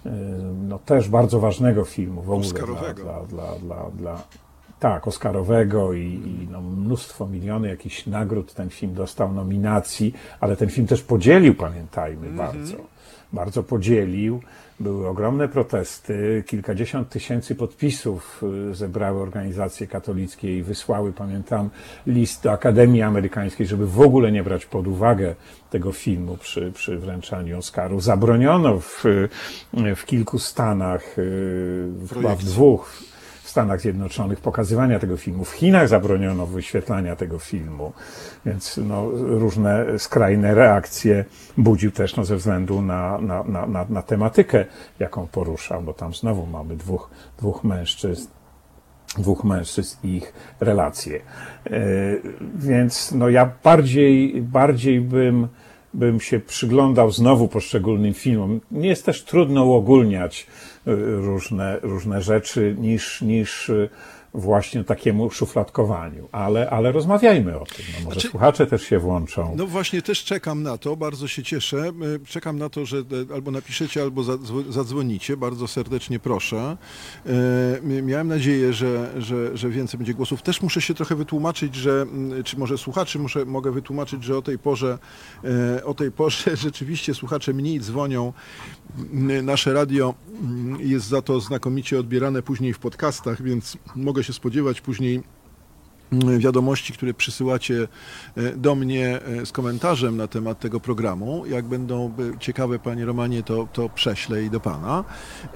No też bardzo ważnego filmu w ogóle dla, dla, dla, dla, dla Tak, oscarowego i, i no, mnóstwo, miliony jakichś nagród ten film dostał, nominacji, ale ten film też podzielił, pamiętajmy, mm-hmm. bardzo. Bardzo podzielił. Były ogromne protesty, kilkadziesiąt tysięcy podpisów zebrały organizacje katolickie i wysłały, pamiętam, list do Akademii Amerykańskiej, żeby w ogóle nie brać pod uwagę tego filmu przy, przy wręczaniu Oscarów. Zabroniono w, w kilku stanach, chyba w dwóch, w Stanach Zjednoczonych pokazywania tego filmu. W Chinach zabroniono wyświetlania tego filmu, więc no, różne skrajne reakcje budził też no, ze względu na, na, na, na, na tematykę, jaką poruszał, bo tam znowu mamy dwóch, dwóch mężczyzn, dwóch mężczyzn i ich relacje. Yy, więc no, ja bardziej, bardziej bym bym się przyglądał znowu poszczególnym filmom. Nie jest też trudno uogólniać różne, różne rzeczy, niż, niż właśnie takiemu szufladkowaniu. Ale, ale rozmawiajmy o tym. No może znaczy, słuchacze też się włączą. No właśnie, też czekam na to, bardzo się cieszę. Czekam na to, że albo napiszecie, albo zadzwonicie. Bardzo serdecznie proszę. Miałem nadzieję, że, że, że więcej będzie głosów. Też muszę się trochę wytłumaczyć, że, czy może słuchaczy muszę, mogę wytłumaczyć, że o tej porze, o tej porze rzeczywiście słuchacze mniej dzwonią. Nasze radio jest za to znakomicie odbierane później w podcastach, więc mogę się spodziewać później wiadomości, które przysyłacie do mnie z komentarzem na temat tego programu. Jak będą ciekawe, panie Romanie, to, to prześlę i do pana.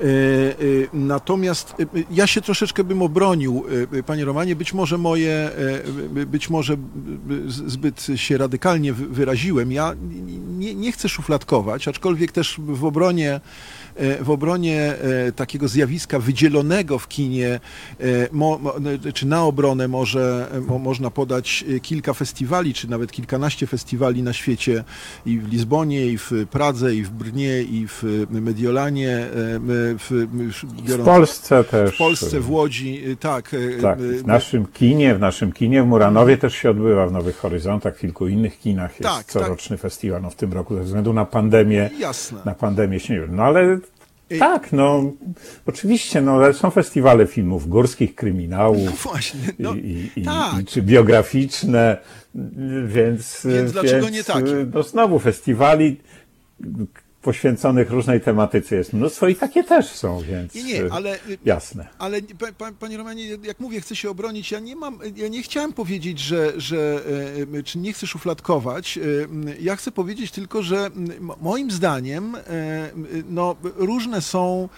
Natomiast ja się troszeczkę bym obronił, panie Romanie, być może moje, być może zbyt się radykalnie wyraziłem. Ja nie, nie chcę szufladkować, aczkolwiek też w obronie w obronie takiego zjawiska wydzielonego w kinie, czy na obronę może można podać kilka festiwali, czy nawet kilkanaście festiwali na świecie, i w Lizbonie, i w Pradze, i w Brnie, i w Mediolanie. W, w Polsce też. W Polsce, w Łodzi, tak. Tak, w naszym kinie, w naszym kinie w Muranowie też się odbywa, w Nowych Horyzontach, w kilku innych kinach jest tak, coroczny tak. festiwal. No w tym roku ze względu na pandemię, Jasne. na pandemię się nie wiem. No ale tak, no oczywiście, no ale są festiwale filmów górskich, kryminałów no właśnie, no, i, i, tak. i, czy biograficzne, więc, więc dlaczego więc, nie taki? No znowu festiwali poświęconych różnej tematyce jest mnóstwo i takie też są, więc nie, nie, ale, jasne. Ale pa, panie Romanie, jak mówię, chcę się obronić, ja nie mam, ja nie chciałem powiedzieć, że, że czy nie chcę szufladkować, ja chcę powiedzieć tylko, że moim zdaniem no, różne są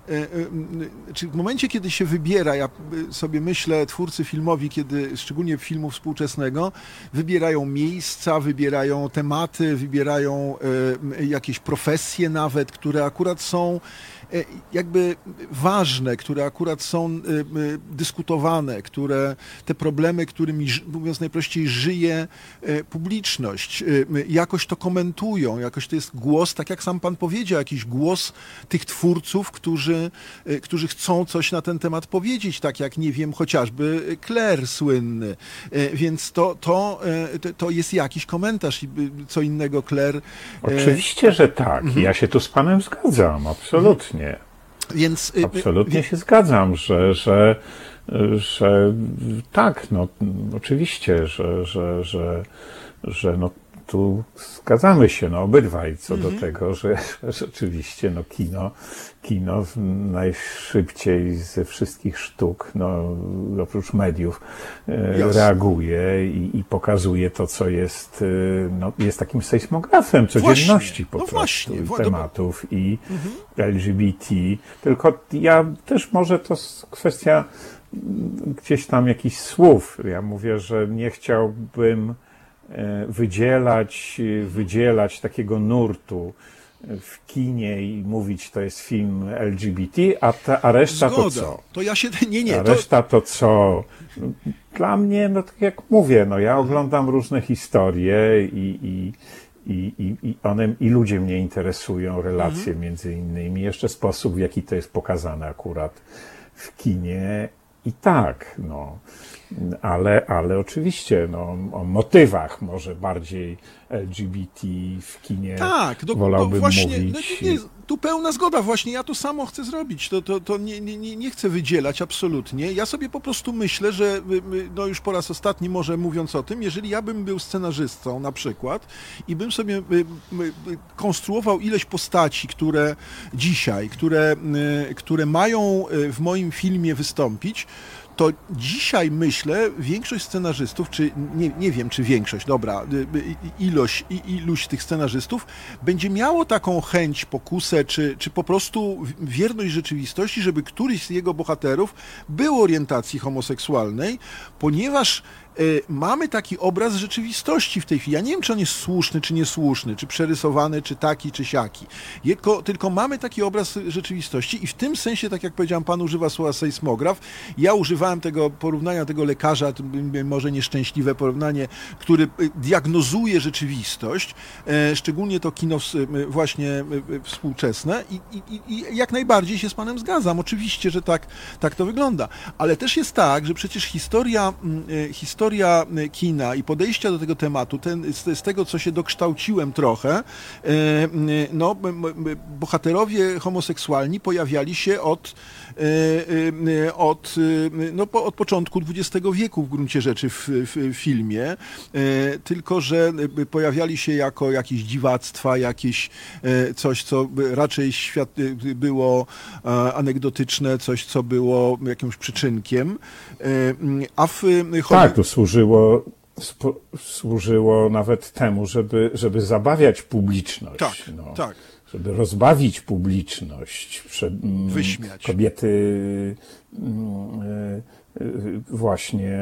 czy w momencie, kiedy się wybiera, ja sobie myślę, twórcy filmowi, kiedy, szczególnie filmu współczesnego, wybierają miejsca, wybierają tematy, wybierają jakieś profesje nawet, które akurat są jakby ważne, które akurat są dyskutowane, które te problemy, którymi, mówiąc najprościej, żyje publiczność, jakoś to komentują, jakoś to jest głos, tak jak sam pan powiedział, jakiś głos tych twórców, którzy, którzy chcą coś na ten temat powiedzieć, tak jak, nie wiem, chociażby Claire słynny, więc to, to, to jest jakiś komentarz i co innego Claire. Oczywiście, że tak. Ja się tu z panem zgadzam, absolutnie. Więc, Absolutnie się zgadzam, że, że, że tak, no oczywiście, że, że, że, że no, tu zgadzamy się no, obydwaj co mm-hmm. do tego, że, że rzeczywiście no, kino, kino najszybciej ze wszystkich sztuk, no, oprócz mediów, e, reaguje i, i pokazuje to, co jest, no, jest takim sejsmografem codzienności właśnie. po no prostu właśnie. tematów i mm-hmm. L G B T. Tylko ja też może to kwestia gdzieś tam jakichś słów. Ja mówię, że nie chciałbym wydzielać, wydzielać takiego nurtu w kinie i mówić, to jest film L G B T, a, ta, a reszta Zgoda. to co? To ja się, nie, nie. A reszta to co? Dla mnie, no tak jak mówię, no ja oglądam różne historie i, i, i, i, i one, i ludzie mnie interesują, relacje mhm. między innymi, jeszcze sposób, w jaki to jest pokazane akurat w kinie i tak, no. Ale, ale oczywiście no, o motywach może bardziej L G B T w kinie tak, do, wolałbym do właśnie, mówić. No, nie, tu pełna zgoda, właśnie ja to samo chcę zrobić, to, to, to nie, nie, nie chcę wydzielać absolutnie. Ja sobie po prostu myślę, że no już po raz ostatni może mówiąc o tym, jeżeli ja bym był scenarzystą na przykład i bym sobie konstruował ileś postaci, które dzisiaj, które, które mają w moim filmie wystąpić, to dzisiaj myślę, większość scenarzystów, czy nie, nie wiem, czy większość, dobra, ilość, iluś tych scenarzystów będzie miało taką chęć, pokusę, czy, czy po prostu wierność rzeczywistości, żeby któryś z jego bohaterów był orientacji homoseksualnej, ponieważ mamy taki obraz rzeczywistości w tej chwili. Ja nie wiem, czy on jest słuszny, czy niesłuszny, czy przerysowany, czy taki, czy siaki. Tylko, tylko mamy taki obraz rzeczywistości i w tym sensie, tak jak powiedziałem, pan używa słowa sejsmograf, ja używam używałem tego porównania tego lekarza, to może nieszczęśliwe porównanie, który diagnozuje rzeczywistość, szczególnie to kino właśnie współczesne i, i, i jak najbardziej się z panem zgadzam. Oczywiście, że tak, tak to wygląda. Ale też jest tak, że przecież historia, historia kina i podejścia do tego tematu, ten, z, z tego, co się dokształciłem trochę, no, bohaterowie homoseksualni pojawiali się od, od, no, od początku dwudziestego wieku w gruncie rzeczy w, w filmie, tylko że pojawiali się jako jakieś dziwactwa, jakieś coś, co raczej świat, było anegdotyczne, coś, co było jakimś przyczynkiem, a w... Tak, to służyło, spo, służyło nawet temu, żeby, żeby zabawiać publiczność. Tak, no, tak. Żeby rozbawić publiczność. Przed, Wyśmiać. Kobiety właśnie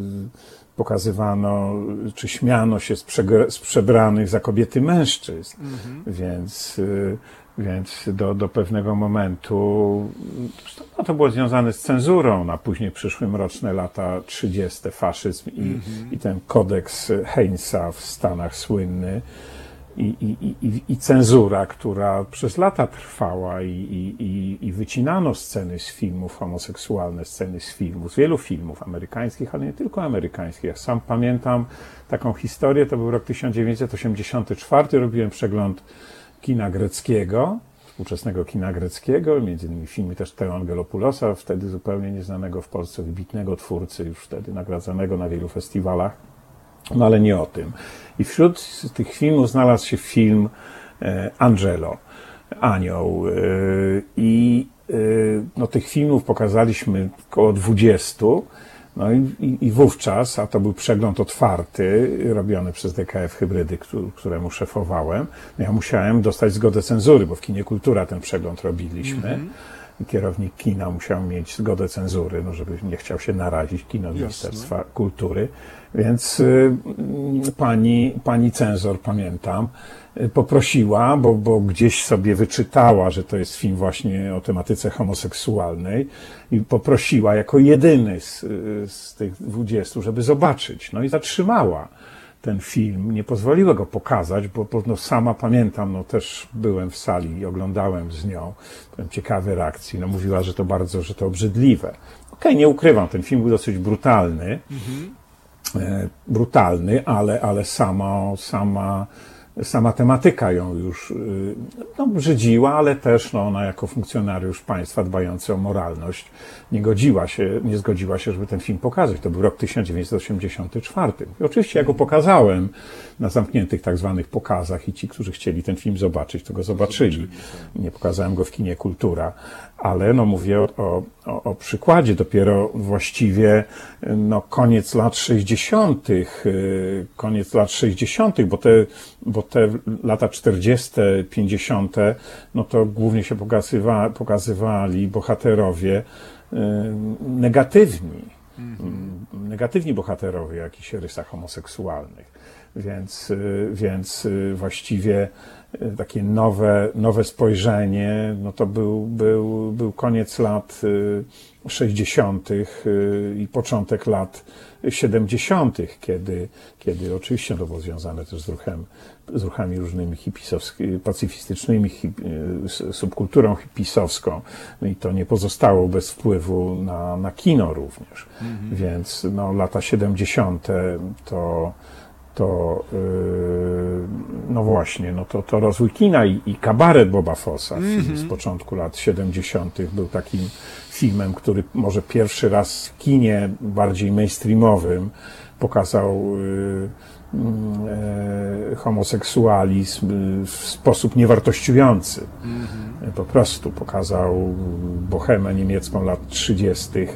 pokazywano, czy śmiano się z, przegra- z przebranych za kobiety mężczyzn. Mhm. Więc, więc do, do pewnego momentu no to było związane z cenzurą. Na później przyszły mroczne lata trzydzieste, faszyzm i, mhm. i ten kodeks Heinza w Stanach słynny. I, i, i, i cenzura, która przez lata trwała i, i, i wycinano sceny z filmów, homoseksualne sceny z filmów, z wielu filmów amerykańskich, ale nie tylko amerykańskich. Ja sam pamiętam taką historię, to był rok tysiąc dziewięćset osiemdziesiąty czwarty, robiłem przegląd kina greckiego, współczesnego kina greckiego, między innymi filmy też Theo Angelopoulosa, wtedy zupełnie nieznanego w Polsce, wybitnego twórcy, już wtedy nagradzanego na wielu festiwalach. No ale nie o tym. I wśród tych filmów znalazł się film Angelo, Anioł. I no, tych filmów pokazaliśmy około dwudziestu. No i, i, i wówczas, a to był przegląd otwarty, robiony przez D K F Hybrydy, któremu szefowałem, no ja musiałem dostać zgodę cenzury, bo w Kinie Kultura ten przegląd robiliśmy. Mm-hmm. I kierownik kina musiał mieć zgodę cenzury, no żeby nie chciał się narazić, kino Ministerstwa Jasne. Kultury. Więc y, pani, pani cenzor, pamiętam, y, poprosiła, bo, bo gdzieś sobie wyczytała, że to jest film właśnie o tematyce homoseksualnej i poprosiła jako jedyny z, z tych dwudziestu, żeby zobaczyć. No i zatrzymała ten film, nie pozwoliła go pokazać, bo, bo no, sama pamiętam, no też byłem w sali i oglądałem z nią, byłem ciekawy reakcji, no mówiła, że to bardzo, że to obrzydliwe. Okej, okay, nie ukrywam, ten film był dosyć brutalny, mhm. e, brutalny, ale, ale sama, sama, sama tematyka ją już no, brzydziła, ale też no, ona jako funkcjonariusz państwa dbający o moralność nie godziła się, nie zgodziła się, żeby ten film pokazać. To był rok tysiąc dziewięćset osiemdziesiąty czwarty. I oczywiście ja go pokazałem na zamkniętych tak zwanych pokazach i ci, którzy chcieli ten film zobaczyć, to go zobaczyli. Nie pokazałem go w Kinie Kultura, ale no mówię o, o, o przykładzie dopiero właściwie no koniec lat sześćdziesiątych, koniec lat sześćdziesiątych, bo te, bo te lata czterdzieste, pięćdziesiąte, no to głównie się pokazywa, pokazywali bohaterowie negatywni, mm-hmm. negatywni bohaterowie w jakichś rysach homoseksualnych. Więc, więc właściwie takie nowe, nowe spojrzenie, no to był, był, był koniec lat sześćdziesiątych i początek lat siedemdziesiątych, kiedy, kiedy oczywiście to było związane też z ruchem, z ruchami różnymi hipisowskimi, pacyfistycznymi, hip, subkulturą hipisowską. No i to nie pozostało bez wpływu na, na kino również. Mhm. Więc no, lata siedemdziesiąte to to yy, no właśnie, no to, to rozwój kina i, i kabaret Boba Fossa, mm-hmm. film z początku lat siedemdziesiątych był takim filmem, który może pierwszy raz w kinie bardziej mainstreamowym pokazał yy, yy, homoseksualizm w sposób niewartościujący. Mm-hmm. Po prostu pokazał bohemę niemiecką lat trzydziestych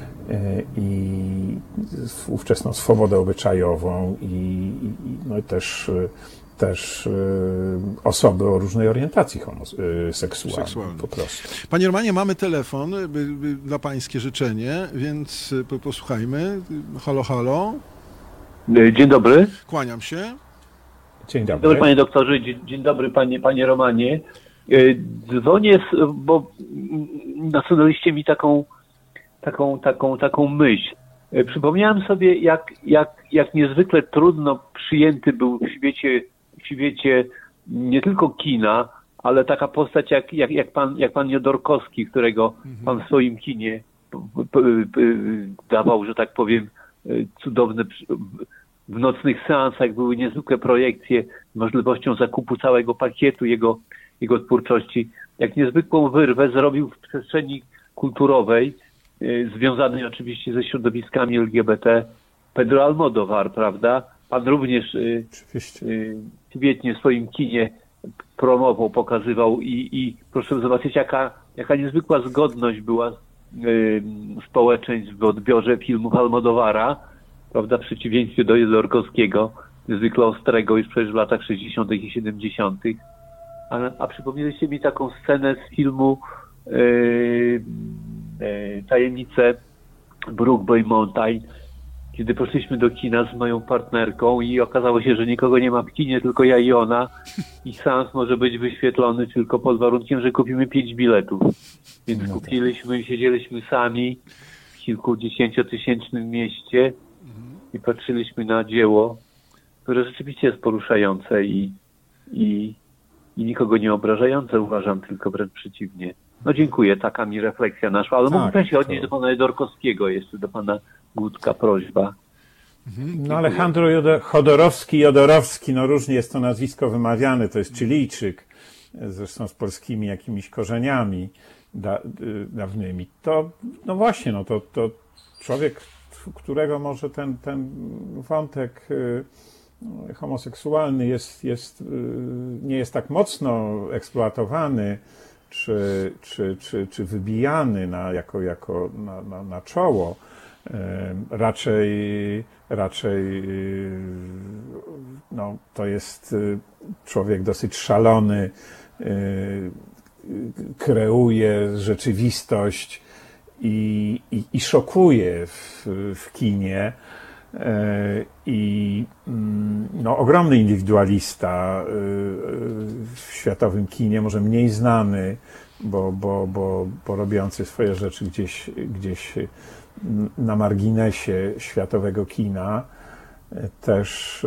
i ówczesną swobodę obyczajową i, i no i też, też osoby o różnej orientacji homoseksualnej Seksualny. Po prostu. Panie Romanie, mamy telefon by, by, na pańskie życzenie, więc posłuchajmy. Halo, halo. Dzień dobry. Kłaniam się. Dzień dobry. Dzień dobry panie doktorze, dzień, dzień dobry panie, panie Romanie. Dzwonię, bo nasunęliście mi taką taką, taką, taką myśl. E, Przypomniałem sobie, jak, jak, jak niezwykle trudno przyjęty był w świecie, w świecie nie tylko kina, ale taka postać jak, jak, jak, pan, jak pan Jodorkowski, którego pan w swoim kinie p- p- p- dawał, że tak powiem, cudowne, w nocnych seansach były niezwykłe projekcje z możliwością zakupu całego pakietu jego, jego twórczości. Jak niezwykłą wyrwę zrobił w przestrzeni kulturowej, y, związanej oczywiście ze środowiskami L G B T, Pedro Almodóvar, prawda? Pan również y, Oczywiście. y, świetnie w swoim kinie promował, pokazywał i, i proszę zobaczyć, jaka, jaka niezwykła zgodność była y, społeczeństw w odbiorze filmów Almodóvara, prawda, w przeciwieństwie do Jodorkowskiego, niezwykle ostrego już przecież w latach sześćdziesiątych i siedemdziesiątych. A, a przypomnieliście mi taką scenę z filmu y, y, Tajemnice Brookboy Mountain, kiedy poszliśmy do kina z moją partnerką i okazało się, że nikogo nie ma w kinie, tylko ja i ona i seans może być wyświetlony tylko pod warunkiem, że kupimy pięć biletów. Więc No tak. kupiliśmy i siedzieliśmy sami w kilkudziesięciotysięcznym mieście i patrzyliśmy na dzieło, które rzeczywiście jest poruszające i, i, i nikogo nie obrażające, uważam, tylko wręcz przeciwnie. No dziękuję, taka mi refleksja naszła, ale Tak, mógłbym się to- odnieść do pana Jodorkowskiego jeszcze, do pana Gutka prośba. No Alejandro Jodo- Chodorowski, Jodorowski, no różnie jest to nazwisko wymawiane, to jest Chilijczyk, zresztą z polskimi jakimiś korzeniami da, y, dawnymi. To, no właśnie, no to, to człowiek, którego może ten, ten wątek y, homoseksualny jest, jest, y, nie jest tak mocno eksploatowany, czy, czy, czy, czy wybijany na, jako, jako na, na, na czoło. Raczej, raczej no, to jest człowiek dosyć szalony, kreuje rzeczywistość i, i, i szokuje w, w kinie. I no, ogromny indywidualista w światowym kinie, może mniej znany, bo, bo, bo, bo robiący swoje rzeczy gdzieś, gdzieś na marginesie światowego kina, też,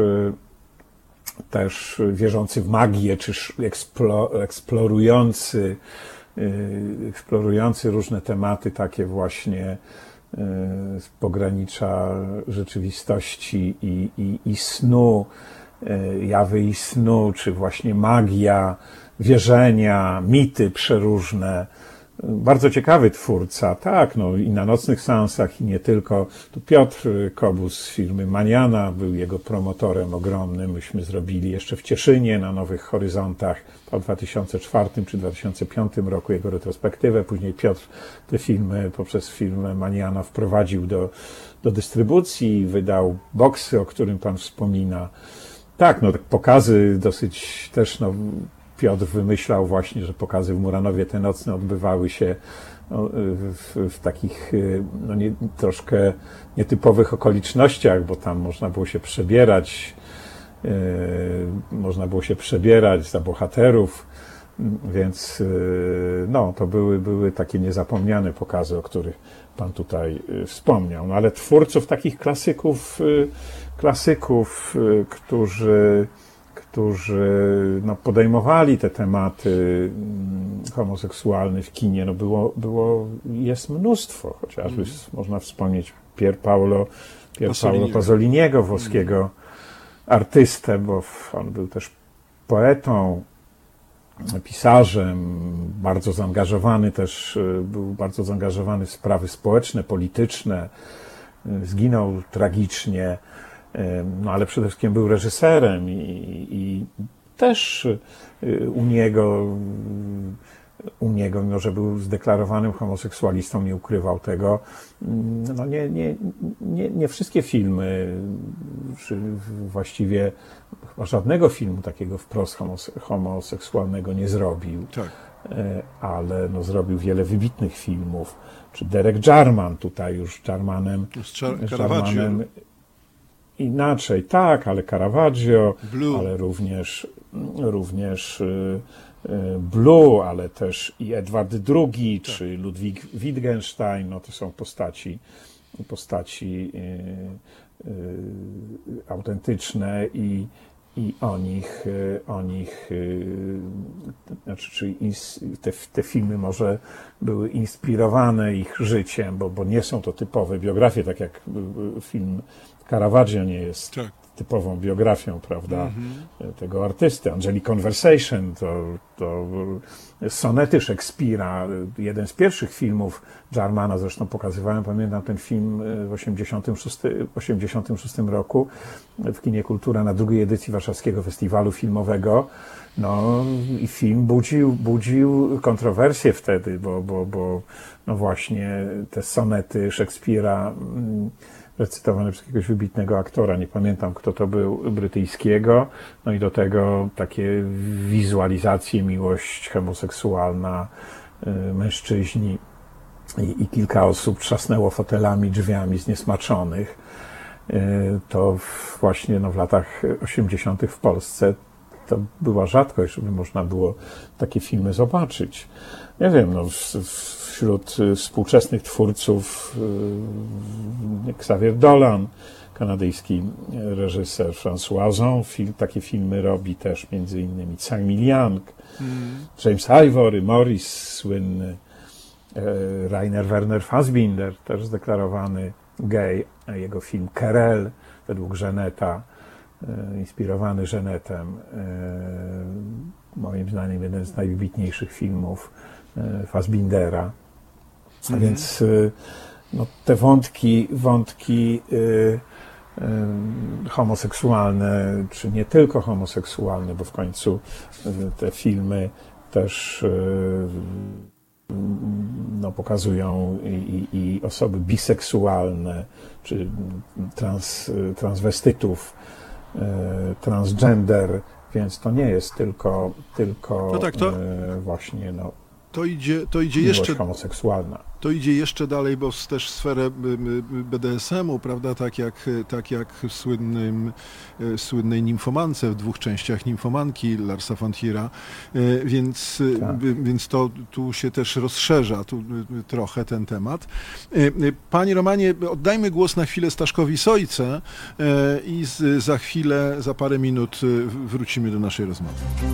też wierzący w magię, czy eksplo, eksplorujący, eksplorujący różne tematy takie właśnie z pogranicza rzeczywistości i, i, i snu, jawy i snu, czy właśnie magia, wierzenia, mity przeróżne. Bardzo ciekawy twórca, tak, no i na nocnych seansach i nie tylko. Tu Piotr Kobus z firmy Maniana był jego promotorem ogromnym. Myśmy zrobili jeszcze w Cieszynie na Nowych Horyzontach w dwa tysiące czwartym czy dwa tysiące piątym roku jego retrospektywę. Później Piotr te filmy poprzez firmę Maniana wprowadził do, do dystrybucji, wydał boksy, o którym pan wspomina. Tak, no tak pokazy dosyć też, no, Piotr wymyślał właśnie, że pokazy w Muranowie te nocne odbywały się no, w, w takich no, nie, troszkę nietypowych okolicznościach, bo tam można było się przebierać, yy, można było się przebierać za bohaterów, więc yy, no, to były, były takie niezapomniane pokazy, o których pan tutaj yy, wspomniał. No, ale twórców takich klasyków, yy, klasyków, yy, którzy którzy no, podejmowali te tematy homoseksualne w kinie, no było, było, jest mnóstwo, chociażby mm. można wspomnieć Pier Paolo, Pier Paolo Pasoliniego, włoskiego mm. artystę, bo on był też poetą, pisarzem, bardzo zaangażowany też, był bardzo zaangażowany w sprawy społeczne, polityczne, zginął tragicznie. No ale przede wszystkim był reżyserem i, i też u niego, u niego, mimo że był zdeklarowanym homoseksualistą, nie ukrywał tego. No nie, nie, nie, nie wszystkie filmy, czy właściwie chyba żadnego filmu takiego wprost homoseksualnego nie zrobił. Tak. Ale no, zrobił wiele wybitnych filmów. Czy Derek Jarman, tutaj już Jarmanem, Jarmanem inaczej, tak, ale Caravaggio, Blue. Ale również również Blue, ale też i Edward drugi, tak. czy Ludwik Wittgenstein, no to są postaci, postaci yy, yy, autentyczne i, i o nich, yy, o nich yy, znaczy, czyli ins, te, te filmy może były inspirowane ich życiem, bo, bo nie są to typowe biografie, tak jak film Caravaggio nie jest tak. typową biografią, prawda, mm-hmm. tego artysty. Angelic Conversation to, to sonety Szekspira, jeden z pierwszych filmów Jarmana, zresztą pokazywałem, pamiętam ten film w osiemdziesiątym szóstym roku w Kinie Kultura na drugiej edycji Warszawskiego Festiwalu Filmowego. No i film budził, budził kontrowersje wtedy, bo, bo, bo no właśnie te sonety Szekspira recytowane przez jakiegoś wybitnego aktora, nie pamiętam kto to był, brytyjskiego, no i do tego takie wizualizacje, miłość homoseksualna, mężczyźni i, i kilka osób trzasnęło fotelami, drzwiami zniesmaczonych. To właśnie no, w latach osiemdziesiątych w Polsce to była rzadkość, żeby można było takie filmy zobaczyć. Nie wiem, no, wśród współczesnych twórców Xavier Dolan, kanadyjski reżyser, François Ozon, film, takie filmy robi też między innymi Tsang Mi-liang, mm. James Ivory, Morris słynny, Rainer Werner Fassbinder, też zdeklarowany gej, a jego film Querelle według Żeneta, inspirowany Żenetem, moim zdaniem jeden z najwybitniejszych filmów Fassbindera. A mhm. więc no, te wątki, wątki y, y, homoseksualne, czy nie tylko homoseksualne, bo w końcu y, te filmy też y, no, pokazują i, i osoby biseksualne, czy trans, transwestytów, y, transgender, więc to nie jest tylko, tylko no tak, to... y, właśnie no, To idzie, to idzie jeszcze homoseksualna. To idzie jeszcze dalej, bo też w sferę B D S M u, prawda, tak jak, tak jak w słynnym, słynnej Nimfomance, w dwóch częściach Nimfomanki Larsa von Trier'a, więc, tak. więc to tu się też rozszerza tu trochę ten temat. Panie Romanie, oddajmy głos na chwilę Staszkowi Sojce i z, za chwilę, za parę minut wrócimy do naszej rozmowy.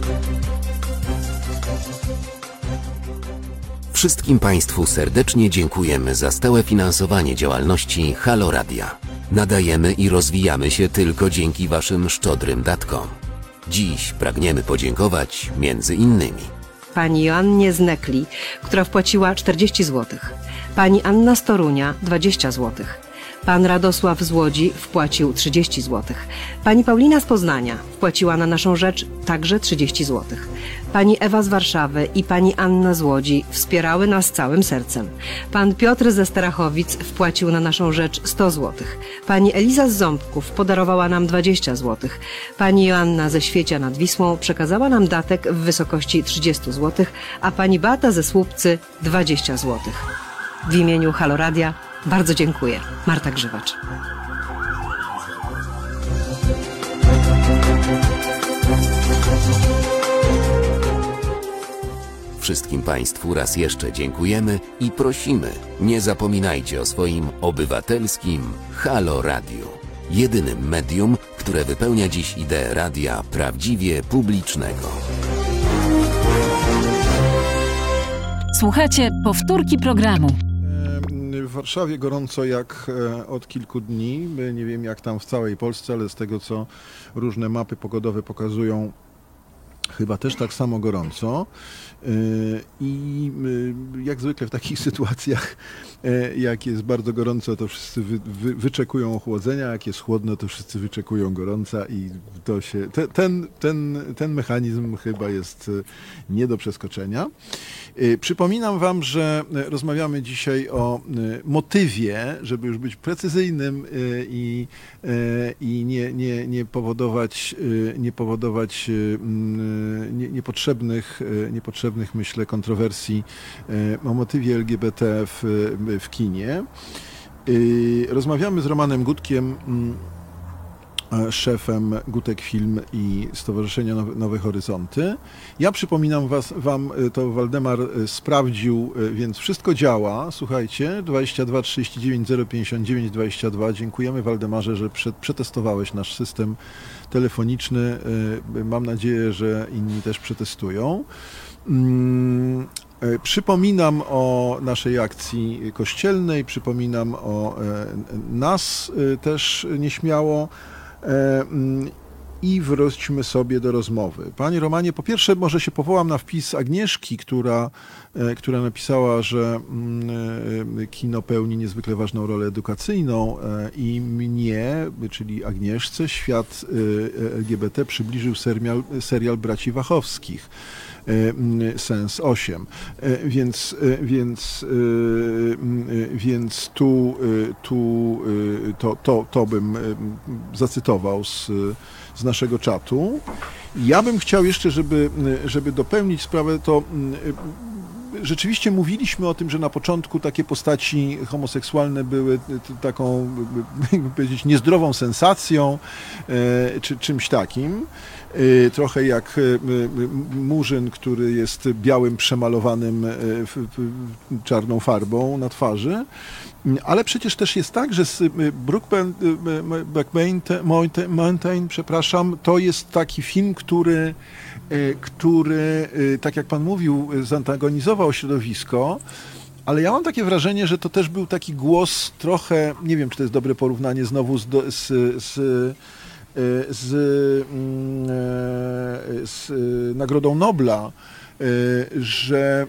Wszystkim Państwu serdecznie dziękujemy za stałe finansowanie działalności Halo Radia. Nadajemy i rozwijamy się tylko dzięki Waszym szczodrym datkom. Dziś pragniemy podziękować między innymi pani Joannie Znekli, która wpłaciła czterdzieści złotych, pani Anna Storunia dwadzieścia złotych, pan Radosław z Łodzi wpłacił trzydzieści złotych, pani Paulina z Poznania wpłaciła na naszą rzecz także trzydzieści złotych. Pani Ewa z Warszawy i pani Anna z Łodzi wspierały nas całym sercem. Pan Piotr ze Starachowic wpłacił na naszą rzecz sto złotych. Pani Eliza z Ząbków podarowała nam dwadzieścia złotych. Pani Joanna ze Świecia nad Wisłą przekazała nam datek w wysokości trzydzieści złotych, a pani Beata ze Słupcy dwadzieścia złotych. W imieniu Halo Radia bardzo dziękuję. Marta Grzywacz. Wszystkim Państwu raz jeszcze dziękujemy i prosimy, nie zapominajcie o swoim obywatelskim Halo Radiu. Jedynym medium, które wypełnia dziś ideę radia prawdziwie publicznego. Słuchajcie, powtórki programu. W Warszawie gorąco jak od kilku dni. Nie wiem jak tam w całej Polsce, ale z tego co różne mapy pogodowe pokazują, chyba też tak samo gorąco. I jak zwykle w takich sytuacjach, jak jest bardzo gorąco, to wszyscy wy, wy, wyczekują ochłodzenia, jak jest chłodno, to wszyscy wyczekują gorąca i to się, te, ten, ten, ten mechanizm chyba jest nie do przeskoczenia. Przypominam Wam, że rozmawiamy dzisiaj o motywie, żeby już być precyzyjnym i, i nie, nie, nie powodować, nie powodować nie, niepotrzebnych, niepotrzebnych, myślę, kontrowersji o motywie L G B T w, w kinie. Rozmawiamy z Romanem Gutkiem szefem Gutek Film i Stowarzyszenia Nowe, Nowe Horyzonty. Ja przypominam was, wam, to Waldemar sprawdził, więc wszystko działa. Słuchajcie, dwadzieścia dwa trzydzieści dziewięć zero pięćdziesiąt dziewięć dwadzieścia dwa. Dziękujemy, Waldemarze, że prze, przetestowałeś nasz system telefoniczny. Mam nadzieję, że inni też przetestują. Hmm. Przypominam o naszej akcji kościelnej, przypominam o nas też nieśmiało i wróćmy sobie do rozmowy. Panie Romanie, po pierwsze może się powołam na wpis Agnieszki, która, która napisała, że kino pełni niezwykle ważną rolę edukacyjną i mnie, czyli Agnieszce, świat L G B T przybliżył serial, serial Braci Wachowskich. Sens osiem. Więc, więc, więc tu, tu to, to, to bym zacytował z, z naszego czatu. Ja bym chciał jeszcze, żeby, żeby dopełnić sprawę, to rzeczywiście mówiliśmy o tym, że na początku takie postaci homoseksualne były taką, jakby powiedzieć, niezdrową sensacją, czy czymś takim. Trochę jak Murzyn, który jest białym, przemalowanym czarną farbą na twarzy. Ale przecież też jest tak, że Brokeback Mountain, przepraszam, to jest taki film, który, który, tak jak pan mówił, zantagonizował środowisko, ale ja mam takie wrażenie, że to też był taki głos trochę, nie wiem, czy to jest dobre porównanie znowu z, z, z Z, z Nagrodą Nobla, że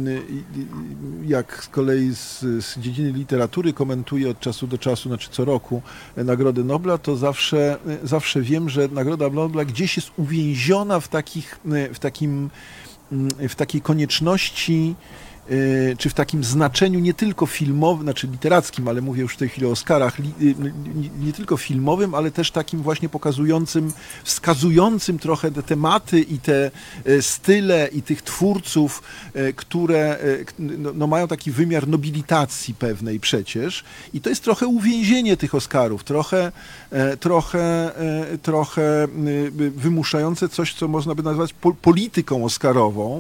jak z kolei z, z dziedziny literatury komentuję od czasu do czasu, znaczy co roku, Nagrodę Nobla, to zawsze, zawsze wiem, że Nagroda Nobla gdzieś jest uwięziona w, takich, w, takim, w takiej konieczności, czy w takim znaczeniu nie tylko filmowym, znaczy literackim, ale mówię już w tej chwili o Oscarach, nie tylko filmowym, ale też takim właśnie pokazującym, wskazującym trochę te tematy i te style i tych twórców, które no, no mają taki wymiar nobilitacji pewnej przecież. I to jest trochę uwięzienie tych Oscarów, trochę, trochę, trochę wymuszające coś, co można by nazwać polityką oscarową,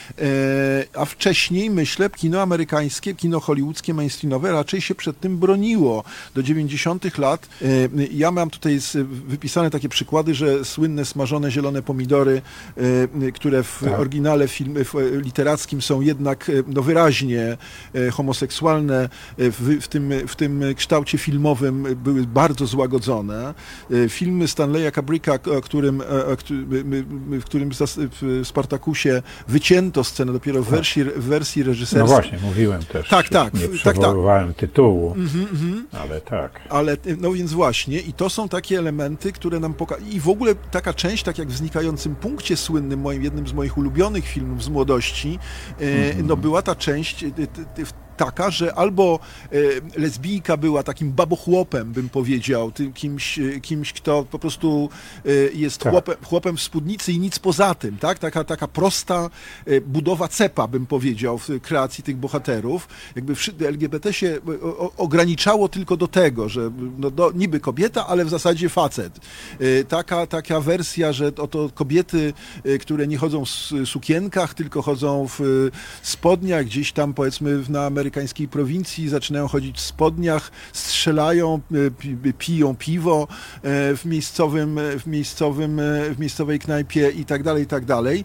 a wcześniej myślę, kino amerykańskie, kino hollywoodzkie, mainstreamowe raczej się przed tym broniło. Do dziewięćdziesiątych lat. Ja mam tutaj wypisane takie przykłady, że słynne smażone zielone pomidory, które w tak. oryginale film, w literackim są jednak no, wyraźnie homoseksualne, w, w, tym, w tym kształcie filmowym były bardzo złagodzone. Filmy Stanleya Kubricka, o którym, w którym w Spartakusie wycięto scenę dopiero w wersji, w wersji reżyserskiej. No właśnie, mówiłem też. Tak, tak. Nie przywoływałem tak, tak. tytułu, mm-hmm, mm-hmm. ale tak. Ale, no więc właśnie, i to są takie elementy, które nam pokazują. I w ogóle taka część, tak jak w Znikającym punkcie słynnym, moim, jednym z moich ulubionych filmów z młodości, mm-hmm. no była ta część taka, że albo e, lesbijka była takim babochłopem, bym powiedział, tym kimś, kimś kto po prostu e, jest tak. chłopem, chłopem w spódnicy i nic poza tym, tak? Taka, taka prosta e, budowa cepa, bym powiedział, w kreacji tych bohaterów. Jakby L G B T się o, ograniczało tylko do tego, że no, do, niby kobieta, ale w zasadzie facet. E, taka, taka wersja, że oto kobiety, e, które nie chodzą w sukienkach, tylko chodzą w spodniach, gdzieś tam powiedzmy na amerykańskiej prowincji, zaczynają chodzić w spodniach, strzelają, piją piwo w miejscowym, w miejscowym, w miejscowej knajpie i tak dalej, i tak dalej.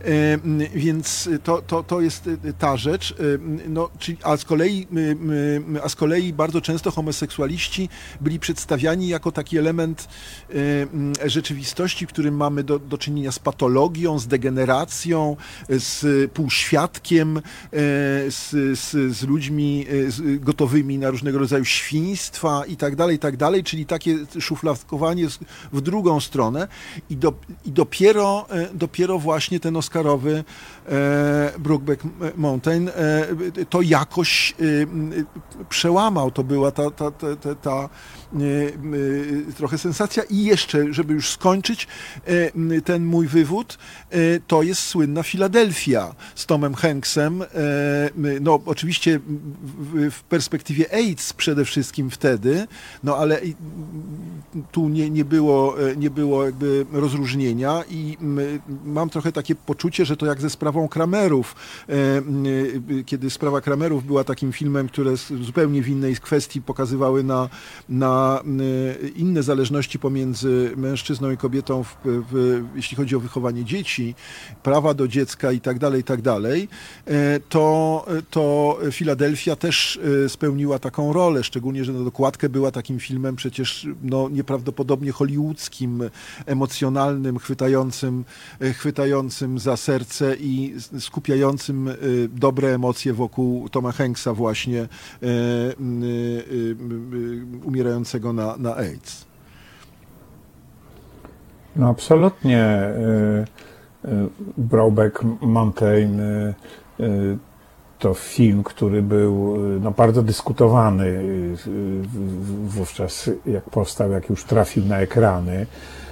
Więc to, to, to jest ta rzecz. No, czyli, a, z kolei, a z kolei bardzo często homoseksualiści byli przedstawiani jako taki element rzeczywistości, w którym mamy do, do czynienia z patologią, z degeneracją, z półświadkiem, z, z, z ludźmi gotowymi na różnego rodzaju świństwa i tak dalej, i tak dalej, czyli takie szufladkowanie w drugą stronę i, do, i dopiero, dopiero właśnie ten oscarowy e, Brokeback Mountain e, to jakoś e, przełamał. To była ta, ta, ta, ta, ta trochę sensacja. I jeszcze, żeby już skończyć ten mój wywód, to jest słynna Filadelfia z Tomem Hanksem. No oczywiście w perspektywie AIDS przede wszystkim wtedy, no ale tu nie, nie było, nie było jakby rozróżnienia i mam trochę takie poczucie, że to jak ze sprawą Kramerów, kiedy sprawa Kramerów była takim filmem, które zupełnie w innej kwestii pokazywały na, na inne zależności pomiędzy mężczyzną i kobietą, w, w, jeśli chodzi o wychowanie dzieci, prawa do dziecka i tak dalej, i tak dalej, to, to Filadelfia też spełniła taką rolę, szczególnie, że na dokładkę była takim filmem przecież no, nieprawdopodobnie hollywoodzkim, emocjonalnym, chwytającym, chwytającym za serce i skupiającym dobre emocje wokół Toma Hanksa właśnie umierającego na, na AIDS. No absolutnie. Brokeback Mountain to film, który był no, bardzo dyskutowany wówczas, jak powstał, jak już trafił na ekrany.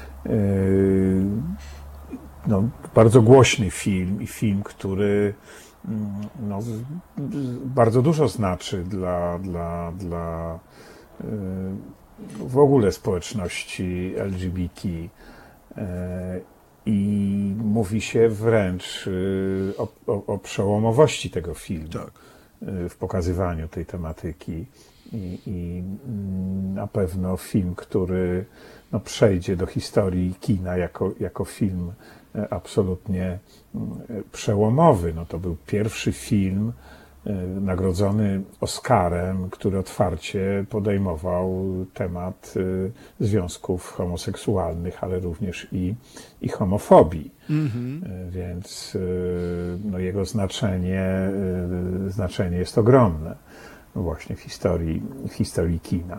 No, bardzo głośny film i film, który no, bardzo dużo znaczy dla, dla, dla w ogóle społeczności L G B T. I mówi się wręcz o, o, o przełomowości tego filmu, tak, w pokazywaniu tej tematyki. I, i na pewno film, który no, przejdzie do historii kina jako, jako film absolutnie przełomowy. No, to był pierwszy film nagrodzony Oscarem, który otwarcie podejmował temat związków homoseksualnych, ale również i, i homofobii. Mm-hmm. Więc no, jego znaczenie, znaczenie jest ogromne właśnie w historii, w historii kina.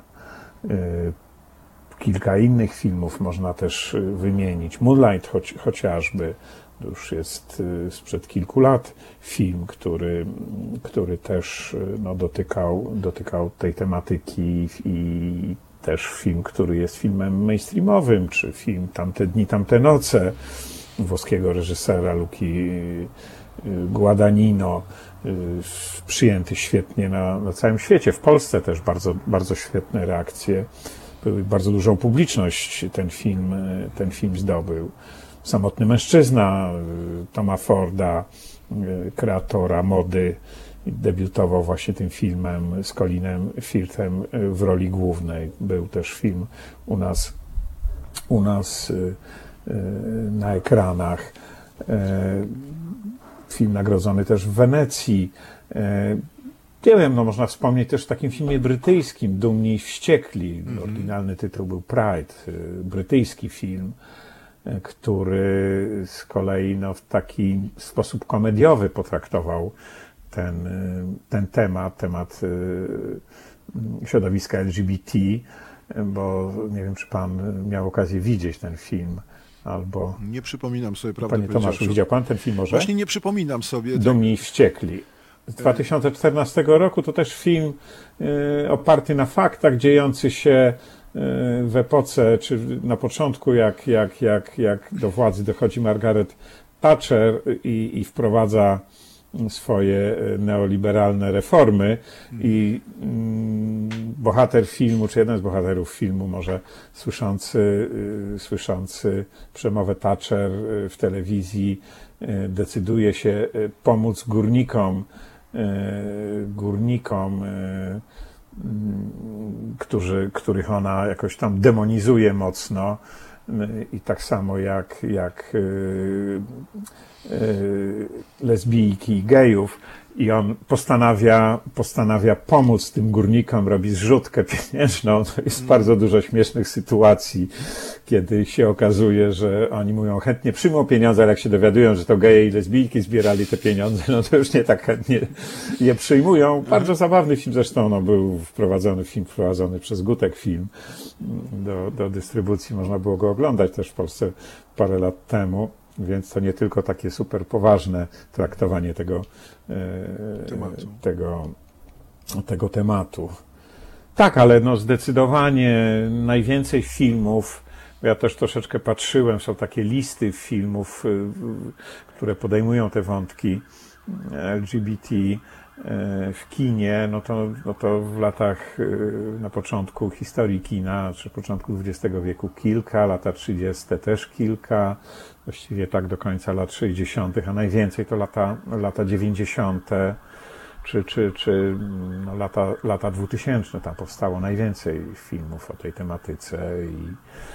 Kilka innych filmów można też wymienić. Moonlight choć, chociażby, to już jest sprzed kilku lat film, który, który też no, dotykał, dotykał tej tematyki i też film, który jest filmem mainstreamowym, czy film Tamte dni, tamte noce włoskiego reżysera Luki Guadagnino, przyjęty świetnie na, na całym świecie. W Polsce też bardzo, bardzo świetne reakcje. Były bardzo dużą publiczność ten film, ten film zdobył. Samotny mężczyzna Toma Forda, kreatora mody, debiutował właśnie tym filmem z Colinem Firthem w roli głównej. Był też film u nas, u nas na ekranach. Film nagrodzony też w Wenecji. Nie wiem, no można wspomnieć też o takim filmie brytyjskim, Dumni i wściekli. Mm-hmm. Oryginalny tytuł był Pride, brytyjski film, który z kolei no, w taki sposób komediowy potraktował ten, ten temat, temat środowiska L G B T, bo nie wiem, czy pan miał okazję widzieć ten film, albo... Nie przypominam sobie, prawdę Panie Tomaszu, widział pan ten film może? Właśnie nie przypominam sobie. Dumni i wściekli. Z dwa tysiące czternastego roku to też film y, oparty na faktach, dziejący się y, w epoce, czy na początku, jak, jak, jak, jak do władzy dochodzi Margaret Thatcher i, i wprowadza swoje neoliberalne reformy i y, bohater filmu, czy jeden z bohaterów filmu, może słyszący, y, słyszący przemowę Thatcher w telewizji, y, decyduje się pomóc górnikom, górnikom, którzy, których ona jakoś tam demonizuje mocno i tak samo jak, jak lesbijki i gejów. I on postanawia, postanawia pomóc tym górnikom, robi zrzutkę pieniężną. To jest bardzo dużo śmiesznych sytuacji, kiedy się okazuje, że oni mówią, chętnie przyjmą pieniądze, ale jak się dowiadują, że to geje i lesbijki zbierali te pieniądze, no to już nie tak chętnie je przyjmują. Bardzo zabawny film, zresztą no, był wprowadzony, film wprowadzony przez Gutek Film do, do dystrybucji. Można było go oglądać też w Polsce parę lat temu. Więc to nie tylko takie super poważne traktowanie tego, tematu. tego, tego tematu. Tak, ale no zdecydowanie najwięcej filmów, ja też troszeczkę patrzyłem, są takie listy filmów, które podejmują te wątki L G B T w kinie, no to, no to w latach, na początku historii kina, czy początku dwudziestego wieku kilka, lata trzydzieste też kilka, właściwie tak do końca lat sześćdziesiątych, a najwięcej to lata, lata dziewięćdziesiąte czy, czy, czy no lata, lata dwutysięczne. Tam powstało najwięcej filmów o tej tematyce i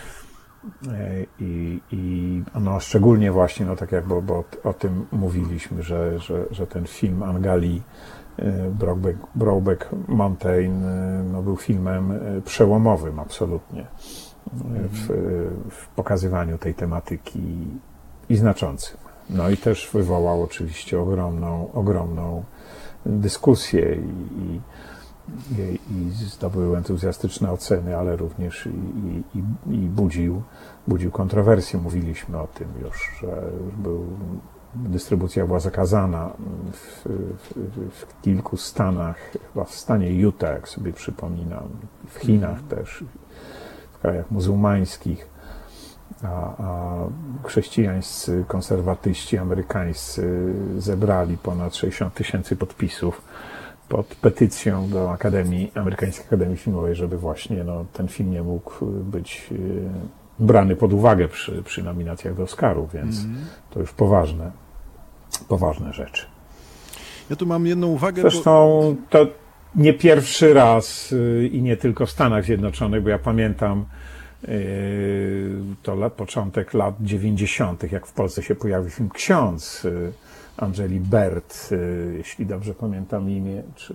I, i no szczególnie właśnie, no tak jak bo, bo o tym mówiliśmy, że, że, że ten film Angali Brokeback, Brokeback Mountain no, był filmem przełomowym absolutnie w, w pokazywaniu tej tematyki i znaczącym. No i też wywołał oczywiście ogromną, ogromną dyskusję i, i I, i zdobył entuzjastyczne oceny, ale również i, i, i budził, budził kontrowersje. Mówiliśmy o tym już, że był, dystrybucja była zakazana w, w, w kilku stanach, chyba w stanie Utah, jak sobie przypominam, w Chinach też, w krajach muzułmańskich, a, a chrześcijańscy konserwatyści amerykańscy zebrali ponad sześćdziesiąt tysięcy podpisów pod petycją do Akademii, Amerykańskiej Akademii Filmowej, żeby właśnie no, ten film nie mógł być brany pod uwagę przy, przy nominacjach do Oscarów, więc mm. to już poważne, poważne rzeczy. Ja tu mam jedną uwagę. Zresztą bo... to nie pierwszy raz i nie tylko w Stanach Zjednoczonych, bo ja pamiętam to lat, początek lat dziewięćdziesiątych, jak w Polsce się pojawił film Ksiądz Angeli Bert, jeśli dobrze pamiętam imię, czy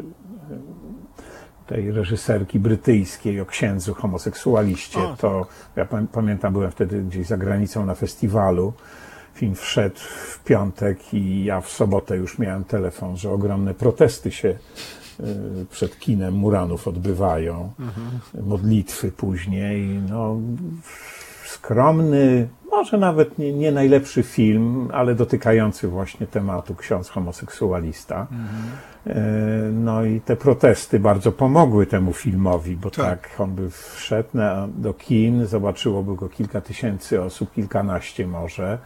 tej reżyserki brytyjskiej o księdzu homoseksualiście. O, to tak. Ja pamiętam, byłem wtedy gdzieś za granicą na festiwalu. Film wszedł w piątek i ja w sobotę już miałem telefon, że ogromne protesty się przed kinem Muranów odbywają. Mhm. Modlitwy później. No, skromny, może nawet nie, nie najlepszy film, ale dotykający właśnie tematu ksiądz homoseksualista. Mhm. No i te protesty bardzo pomogły temu filmowi, bo tak, tak on by wszedł na, do kin, zobaczyłoby go kilka tysięcy osób, kilkanaście może.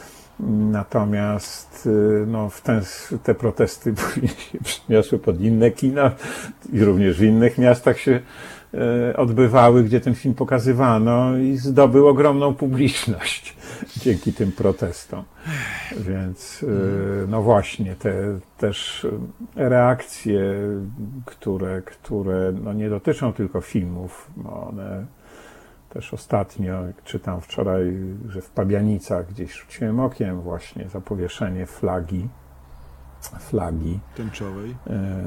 Natomiast no, w ten, te protesty później się przeniosły pod inne kina i również w innych miastach się e, odbywały, gdzie ten film pokazywano i zdobył ogromną publiczność dzięki tym protestom. Więc e, no właśnie, te też reakcje, które, które no, nie dotyczą tylko filmów, one też ostatnio, jak czytam wczoraj, że w Pabianicach gdzieś rzuciłem okiem właśnie za powieszenie flagi, flagi tęczowej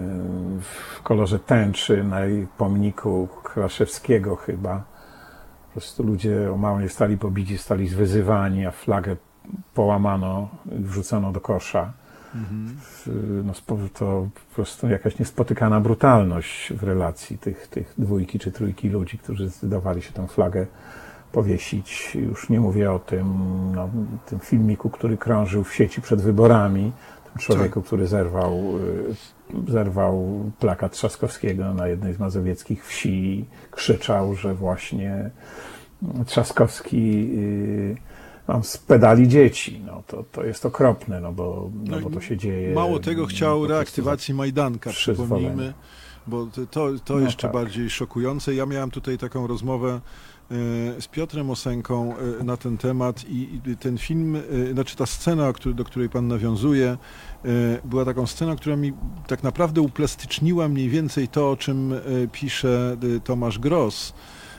w kolorze tęczy na pomniku Kraszewskiego chyba. Po prostu ludzie o mało nie stali pobici, stali zwyzywani, a flagę połamano i wrzucono do kosza. Mhm. No, to po prostu jakaś niespotykana brutalność w relacji tych, tych dwójki czy trójki ludzi, którzy zdecydowali się tę flagę powiesić. Już nie mówię o tym, no, tym filmiku, który krążył w sieci przed wyborami, tym człowieku, który zerwał, zerwał plakat Trzaskowskiego na jednej z mazowieckich wsi i krzyczał, że właśnie Trzaskowski mam z pedali dzieci. No, to, to jest okropne, no bo, no, bo to się dzieje. Mało tego, chciał reaktywacji Majdanka, przypomnijmy, bo to, to no jeszcze tak. bardziej szokujące. Ja miałem tutaj taką rozmowę z Piotrem Osenką na ten temat i ten film, znaczy ta scena, do której pan nawiązuje, była taką sceną, która mi tak naprawdę uplastyczniła mniej więcej to, o czym pisze Tomasz Gross,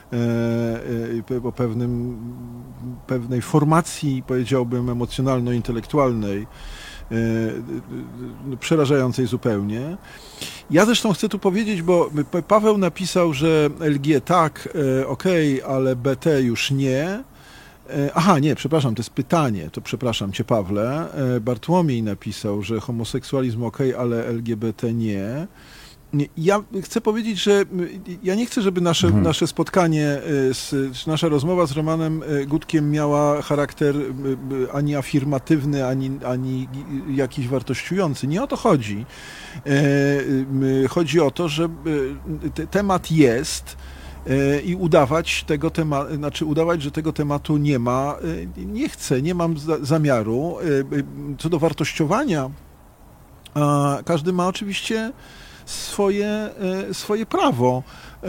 o pewnym, pewnej formacji, powiedziałbym, emocjonalno-intelektualnej, przerażającej zupełnie. Ja zresztą chcę tu powiedzieć, bo Paweł napisał, że L G tak, okej, okay, ale B T już nie. Aha, nie, przepraszam, to jest pytanie, to przepraszam cię, Pawle. Bartłomiej napisał, że homoseksualizm okej, okay, ale L G B T nie. Ja chcę powiedzieć, że ja nie chcę, żeby nasze, mhm. nasze spotkanie, z, nasza rozmowa z Romanem Gutkiem miała charakter ani afirmatywny, ani, ani jakiś wartościujący. Nie o to chodzi. Chodzi o to, że temat jest i udawać tego tematu, znaczy udawać, że tego tematu nie ma, nie chcę, nie mam za, zamiaru. Co do wartościowania, każdy ma oczywiście swoje, swoje prawo.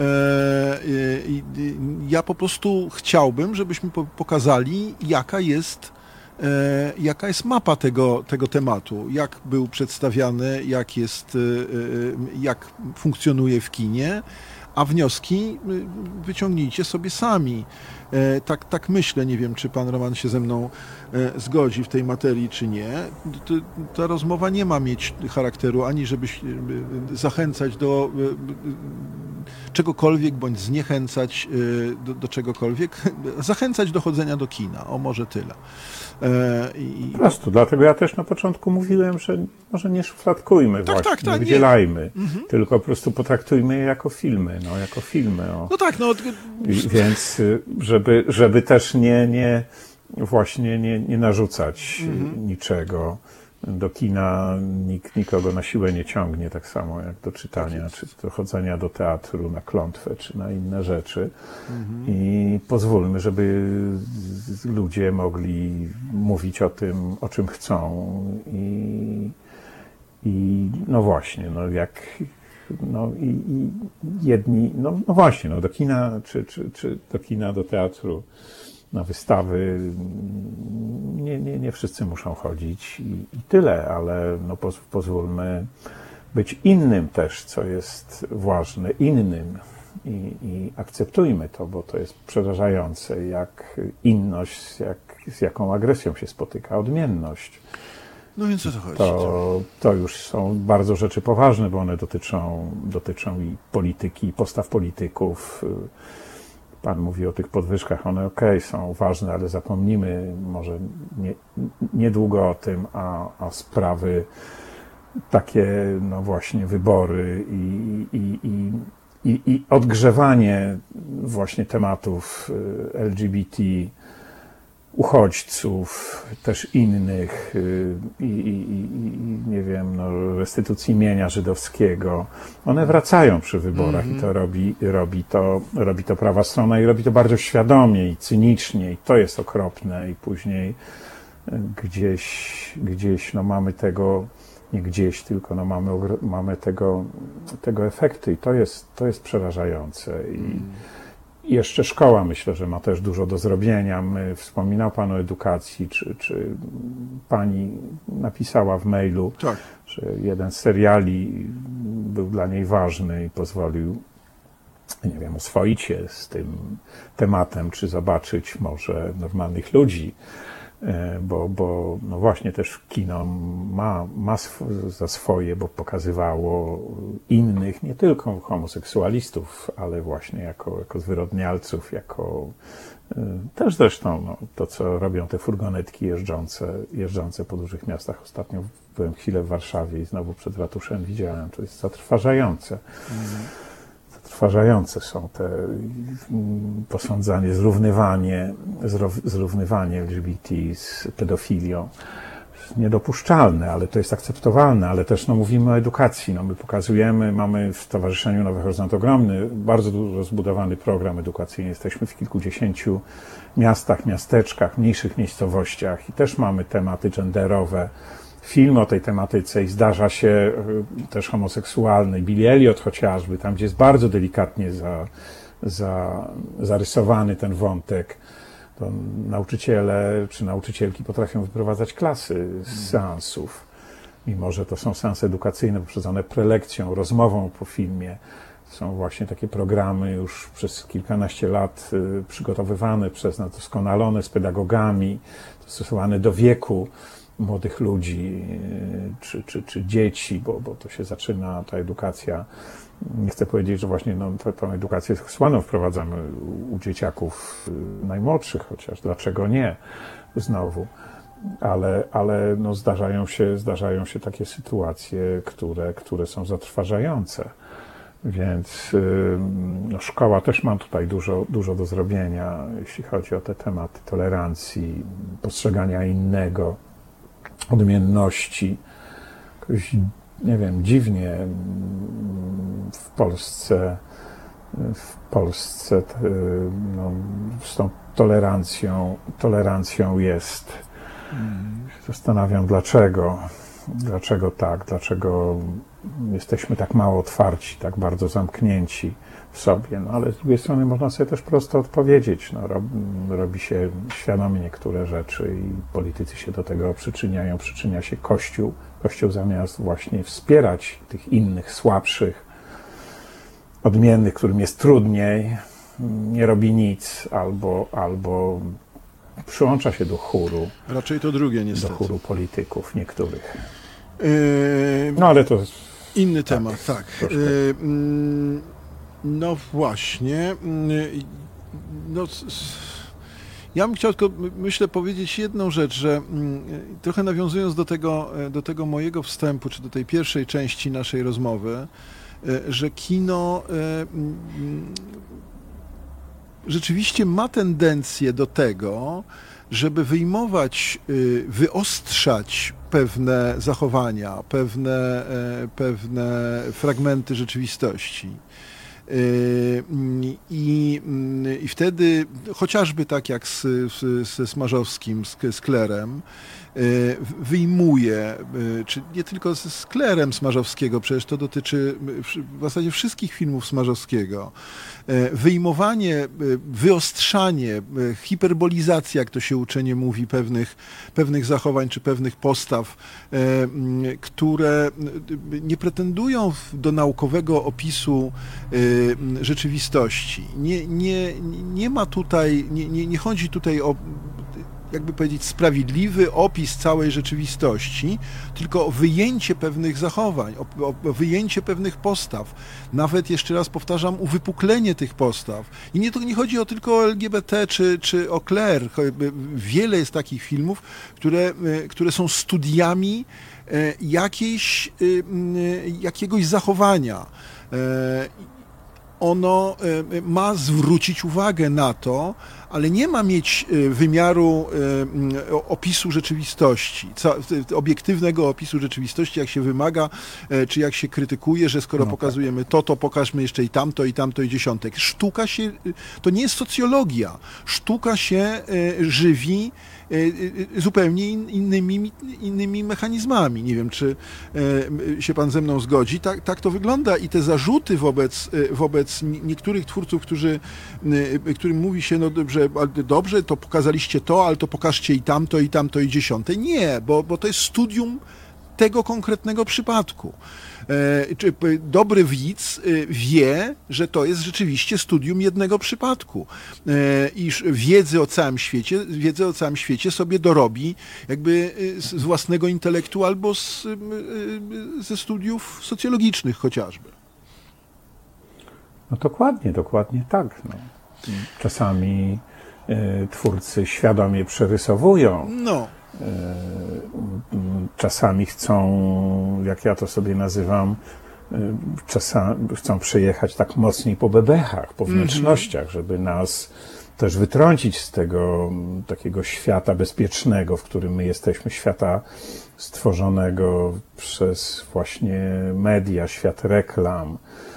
Ja po prostu chciałbym, żebyśmy pokazali, jaka jest, jaka jest mapa tego, tego tematu, jak był przedstawiany, jak jest, jak funkcjonuje w kinie, a wnioski wyciągnijcie sobie sami. Tak, tak myślę, nie wiem, czy pan Roman się ze mną zgodzi w tej materii, czy nie. Ta rozmowa nie ma mieć charakteru ani żeby zachęcać do czegokolwiek, bądź zniechęcać do, do czegokolwiek. Zachęcać do chodzenia do kina, o może tyle. I... Po prostu, dlatego ja też na początku mówiłem, że może nie szufladkujmy tak, właśnie, tak, tak, nie wydzielajmy, nie. Mhm. tylko po prostu potraktujmy je jako filmy, no jako filmy. O. No tak, no. I, więc żeby, żeby też nie, nie właśnie nie, nie narzucać mhm. niczego. Do kina nikt nikogo na siłę nie ciągnie, tak samo jak do czytania, czy do chodzenia do teatru na klątwę, czy na inne rzeczy. Mhm. I pozwólmy, żeby ludzie mogli mówić o tym, o czym chcą. I, i no właśnie, no jak no i, i jedni, no, no właśnie, no do kina, czy, czy, czy do kina, do teatru, na wystawy nie, nie, nie wszyscy muszą chodzić i, i tyle, ale no poz, pozwólmy być innym też, co jest ważne, innym i, i akceptujmy to, bo to jest przerażające, jak inność, jak, z jaką agresją się spotyka odmienność. No więc o to chodzi. To, to już są bardzo rzeczy poważne, bo one dotyczą, dotyczą i polityki, i postaw polityków. Pan mówi o tych podwyżkach, one okej, okay, są ważne, ale zapomnimy może nie, niedługo o tym, a, a sprawy takie, no właśnie, wybory i, i, i, i, i odgrzewanie właśnie tematów L G B T, uchodźców, też innych i, i, i nie wiem, no, restytucji mienia żydowskiego. One wracają przy wyborach mm-hmm. i to robi, robi to, robi to prawa strona i robi to bardzo świadomie i cynicznie i to jest okropne i później gdzieś, gdzieś no mamy tego, nie gdzieś, tylko no mamy, mamy tego, tego efekty i to jest, to jest przerażające. I, mm. I jeszcze szkoła, myślę, że ma też dużo do zrobienia. My, wspominał Pan o edukacji, czy, czy Pani napisała w mailu, tak. że jeden z seriali był dla niej ważny i pozwolił, nie wiem, oswoić się z tym tematem, czy zobaczyć może normalnych ludzi, bo, bo no właśnie też kino ma, ma sw- za swoje, bo pokazywało innych, nie tylko homoseksualistów, ale właśnie jako, jako zwyrodnialców, jako też zresztą no, to, co robią te furgonetki jeżdżące, jeżdżące po dużych miastach. Ostatnio byłem chwilę w Warszawie i znowu przed ratuszem widziałem, to jest zatrważające. Mm. Zatrważające są te posądzanie, zrównywanie, zrównywanie L G B T z pedofilią. Niedopuszczalne, ale to jest akceptowalne, ale też no, mówimy o edukacji. No, my pokazujemy, mamy w Stowarzyszeniu Nowy Horyzont ogromny, bardzo dużo zbudowany program edukacyjny. Jesteśmy w kilkudziesięciu miastach, miasteczkach, mniejszych miejscowościach i też mamy tematy genderowe, filmy o tej tematyce i zdarza się też homoseksualny. Billy Elliot chociażby, tam gdzie jest bardzo delikatnie za, za, zarysowany ten wątek. To nauczyciele czy nauczycielki potrafią wyprowadzać klasy z seansów, mimo że to są seanse edukacyjne poprzedzone prelekcją, rozmową po filmie. Są właśnie takie programy już przez kilkanaście lat przygotowywane przez nas, doskonalone z pedagogami, dostosowane do wieku młodych ludzi czy, czy, czy dzieci, bo, bo to się zaczyna ta edukacja. Nie chcę powiedzieć, że właśnie no, tę edukację seksualną wprowadzamy u dzieciaków najmłodszych, chociaż dlaczego nie znowu. ale, ale no zdarzają się, zdarzają się takie sytuacje, które, które są zatrważające. Więc no, szkoła też ma tutaj dużo, dużo do zrobienia, jeśli chodzi o te tematy tolerancji, postrzegania innego, odmienności. Jakoś, nie wiem, dziwnie w Polsce, w Polsce no, z tą tolerancją, tolerancją jest. Zastanawiam, dlaczego, dlaczego tak, dlaczego jesteśmy tak mało otwarci, tak bardzo zamknięci w sobie, no ale z drugiej strony można sobie też prosto odpowiedzieć, no, rob, robi się świadomie niektóre rzeczy i politycy się do tego przyczyniają, przyczynia się Kościół. Kościół zamiast właśnie wspierać tych innych, słabszych, odmiennych, którym jest trudniej, nie robi nic albo, albo przyłącza się do chóru. Raczej to drugie niestety. Do chóru polityków niektórych. Yy, no ale to jest inny tak, temat, tak. Yy, no właśnie. Yy, no, ja bym chciał tylko, myślę, powiedzieć jedną rzecz, że yy, trochę nawiązując do tego, do tego mojego wstępu, czy do tej pierwszej części naszej rozmowy, yy, że kino yy, rzeczywiście ma tendencję do tego, żeby wyjmować, wyostrzać pewne zachowania, pewne, pewne fragmenty rzeczywistości. I, i wtedy, chociażby tak jak z, ze Smarzowskim, z, z Klerem, wyjmuje, czy nie tylko z Sklerem Smarzowskiego, przecież to dotyczy w zasadzie wszystkich filmów Smarzowskiego, wyjmowanie, wyostrzanie, hiperbolizacja, jak to się uczenie mówi, pewnych, pewnych zachowań czy pewnych postaw, które nie pretendują do naukowego opisu rzeczywistości. Nie, nie, nie ma tutaj, nie, nie, nie chodzi tutaj o, jakby powiedzieć, sprawiedliwy opis całej rzeczywistości, tylko o wyjęcie pewnych zachowań, o, o wyjęcie pewnych postaw. Nawet, jeszcze raz powtarzam, uwypuklenie tych postaw. I nie, to nie chodzi o tylko o L G B T czy, czy o Claire. Wiele jest takich filmów, które, które są studiami jakiejś, jakiegoś zachowania. Ono ma zwrócić uwagę na to, ale nie ma mieć wymiaru opisu rzeczywistości, obiektywnego opisu rzeczywistości, jak się wymaga, czy jak się krytykuje, że skoro no pokazujemy to, to pokażmy jeszcze i tamto, i tamto, i dziesiątek. Sztuka się, to nie jest socjologia. Sztuka się żywi zupełnie innymi, innymi mechanizmami. Nie wiem, czy się pan ze mną zgodzi. Tak, tak to wygląda i te zarzuty wobec, wobec niektórych twórców, którzy, którym mówi się, no dobrze, dobrze, to pokazaliście to, ale to pokażcie i tamto, i tamto, i dziesiąte. Nie, bo, bo to jest studium tego konkretnego przypadku. Czy dobry widz wie, że to jest rzeczywiście studium jednego przypadku, iż wiedzy o całym świecie, wiedzę o całym świecie sobie dorobi jakby z własnego intelektu albo z, ze studiów socjologicznych chociażby. No dokładnie, dokładnie tak. No. Czasami y, twórcy świadomie przerysowują. No. Czasami chcą, jak ja to sobie nazywam, czasami chcą przejechać tak mocniej po bebechach, po wnętrznościach, mm-hmm. żeby nas też wytrącić z tego takiego świata bezpiecznego, w którym my jesteśmy, świata stworzonego przez właśnie media, świat reklam,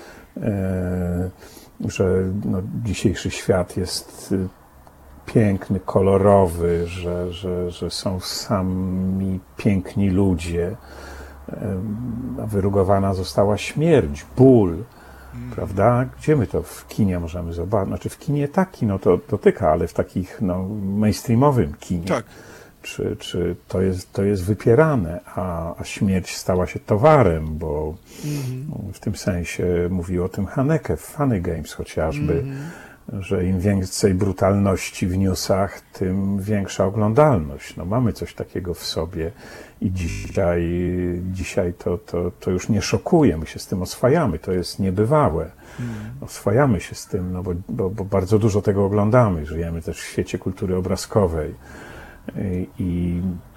że no, dzisiejszy świat jest piękny, kolorowy, że, że, że są sami piękni ludzie, a wyrugowana została śmierć, ból, mm. prawda? Gdzie my to w kinie możemy zobaczyć? Znaczy w kinie tak kino to dotyka, ale w takich no, mainstreamowym kinie. Tak. Czy, czy to jest, to jest wypierane, a, a śmierć stała się towarem, bo mm. w tym sensie mówił o tym Haneke w Funny Games chociażby, mm. że im więcej brutalności w newsach, tym większa oglądalność. No mamy coś takiego w sobie i dzisiaj, dzisiaj to, to, to już nie szokuje, my się z tym oswajamy, to jest niebywałe. Mm. Oswajamy się z tym, no bo, bo, bo bardzo dużo tego oglądamy, żyjemy też w świecie kultury obrazkowej i, i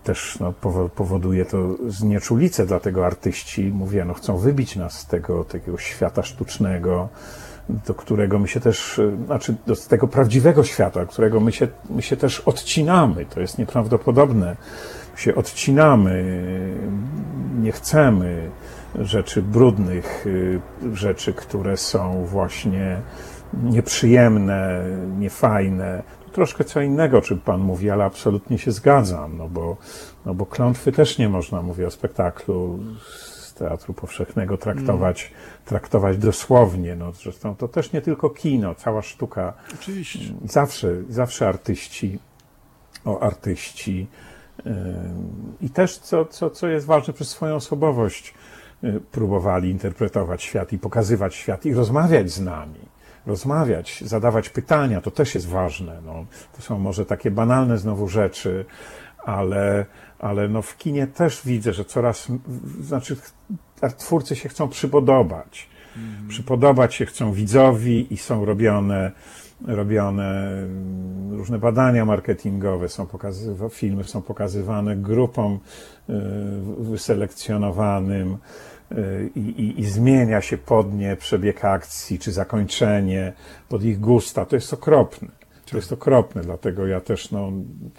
też no, powoduje to znieczulicę, dlatego artyści, mówię, no, chcą wybić nas z tego takiego świata sztucznego, do którego my się też, znaczy do tego prawdziwego świata, którego my się, my się też odcinamy. To jest nieprawdopodobne. My się odcinamy, nie chcemy rzeczy brudnych, rzeczy, które są właśnie nieprzyjemne, niefajne. To troszkę co innego, o czym pan mówi, ale absolutnie się zgadzam, no bo, no bo klątwy też nie można, mówię o spektaklu z Teatru Powszechnego, traktować, mm. traktować dosłownie. No, zresztą to też nie tylko kino, cała sztuka. Oczywiście. Zawsze, zawsze artyści, o artyści yy, i też, co, co, co jest ważne, przez swoją osobowość yy, próbowali interpretować świat i pokazywać świat i rozmawiać z nami. Rozmawiać, zadawać pytania, to też jest ważne. No, to są może takie banalne znowu rzeczy, ale, ale no w kinie też widzę, że coraz, znaczy twórcy się chcą przypodobać. Mm. Przypodobać się chcą widzowi i są robione, robione różne badania marketingowe, są pokazywa, filmy są pokazywane grupom y, wyselekcjonowanym, I, i, i zmienia się pod nie przebieg akcji, czy zakończenie, pod ich gusta. To jest okropne. To jest okropne, dlatego ja też no,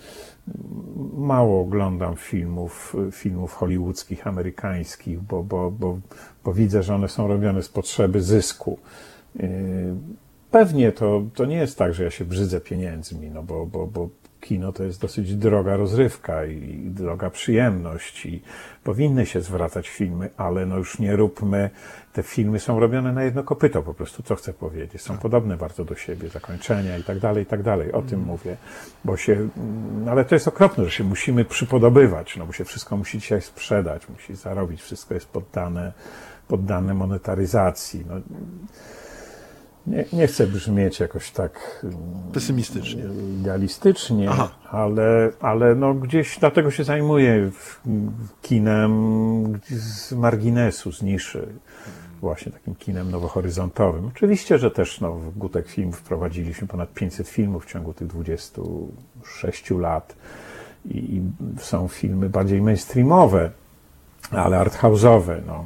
mało oglądam filmów, filmów hollywoodzkich, amerykańskich, bo, bo, bo, bo widzę, że one są robione z potrzeby zysku. Pewnie to, to nie jest tak, że ja się brzydzę pieniędzmi, no bo, bo, bo kino to jest dosyć droga rozrywka i droga przyjemność i powinny się zwracać filmy, ale no już nie róbmy, te filmy są robione na jedno kopyto po prostu, co chcę powiedzieć, są podobne bardzo do siebie, zakończenia i tak dalej, i tak dalej, o tym mówię, bo się, ale to jest okropne, że się musimy przypodobywać, no bo się wszystko musi dzisiaj sprzedać, musi zarobić, wszystko jest poddane, poddane monetaryzacji, no. Nie, nie chcę brzmieć jakoś tak pesymistycznie, idealistycznie, ale, ale no gdzieś dlatego się zajmuję kinem z marginesu, z niszy, właśnie takim kinem nowohoryzontowym. Oczywiście, że też no, w Gutek Film wprowadziliśmy ponad pięćset filmów w ciągu tych dwudziestu sześciu lat i, i są filmy bardziej mainstreamowe, ale arthouse'owe, no.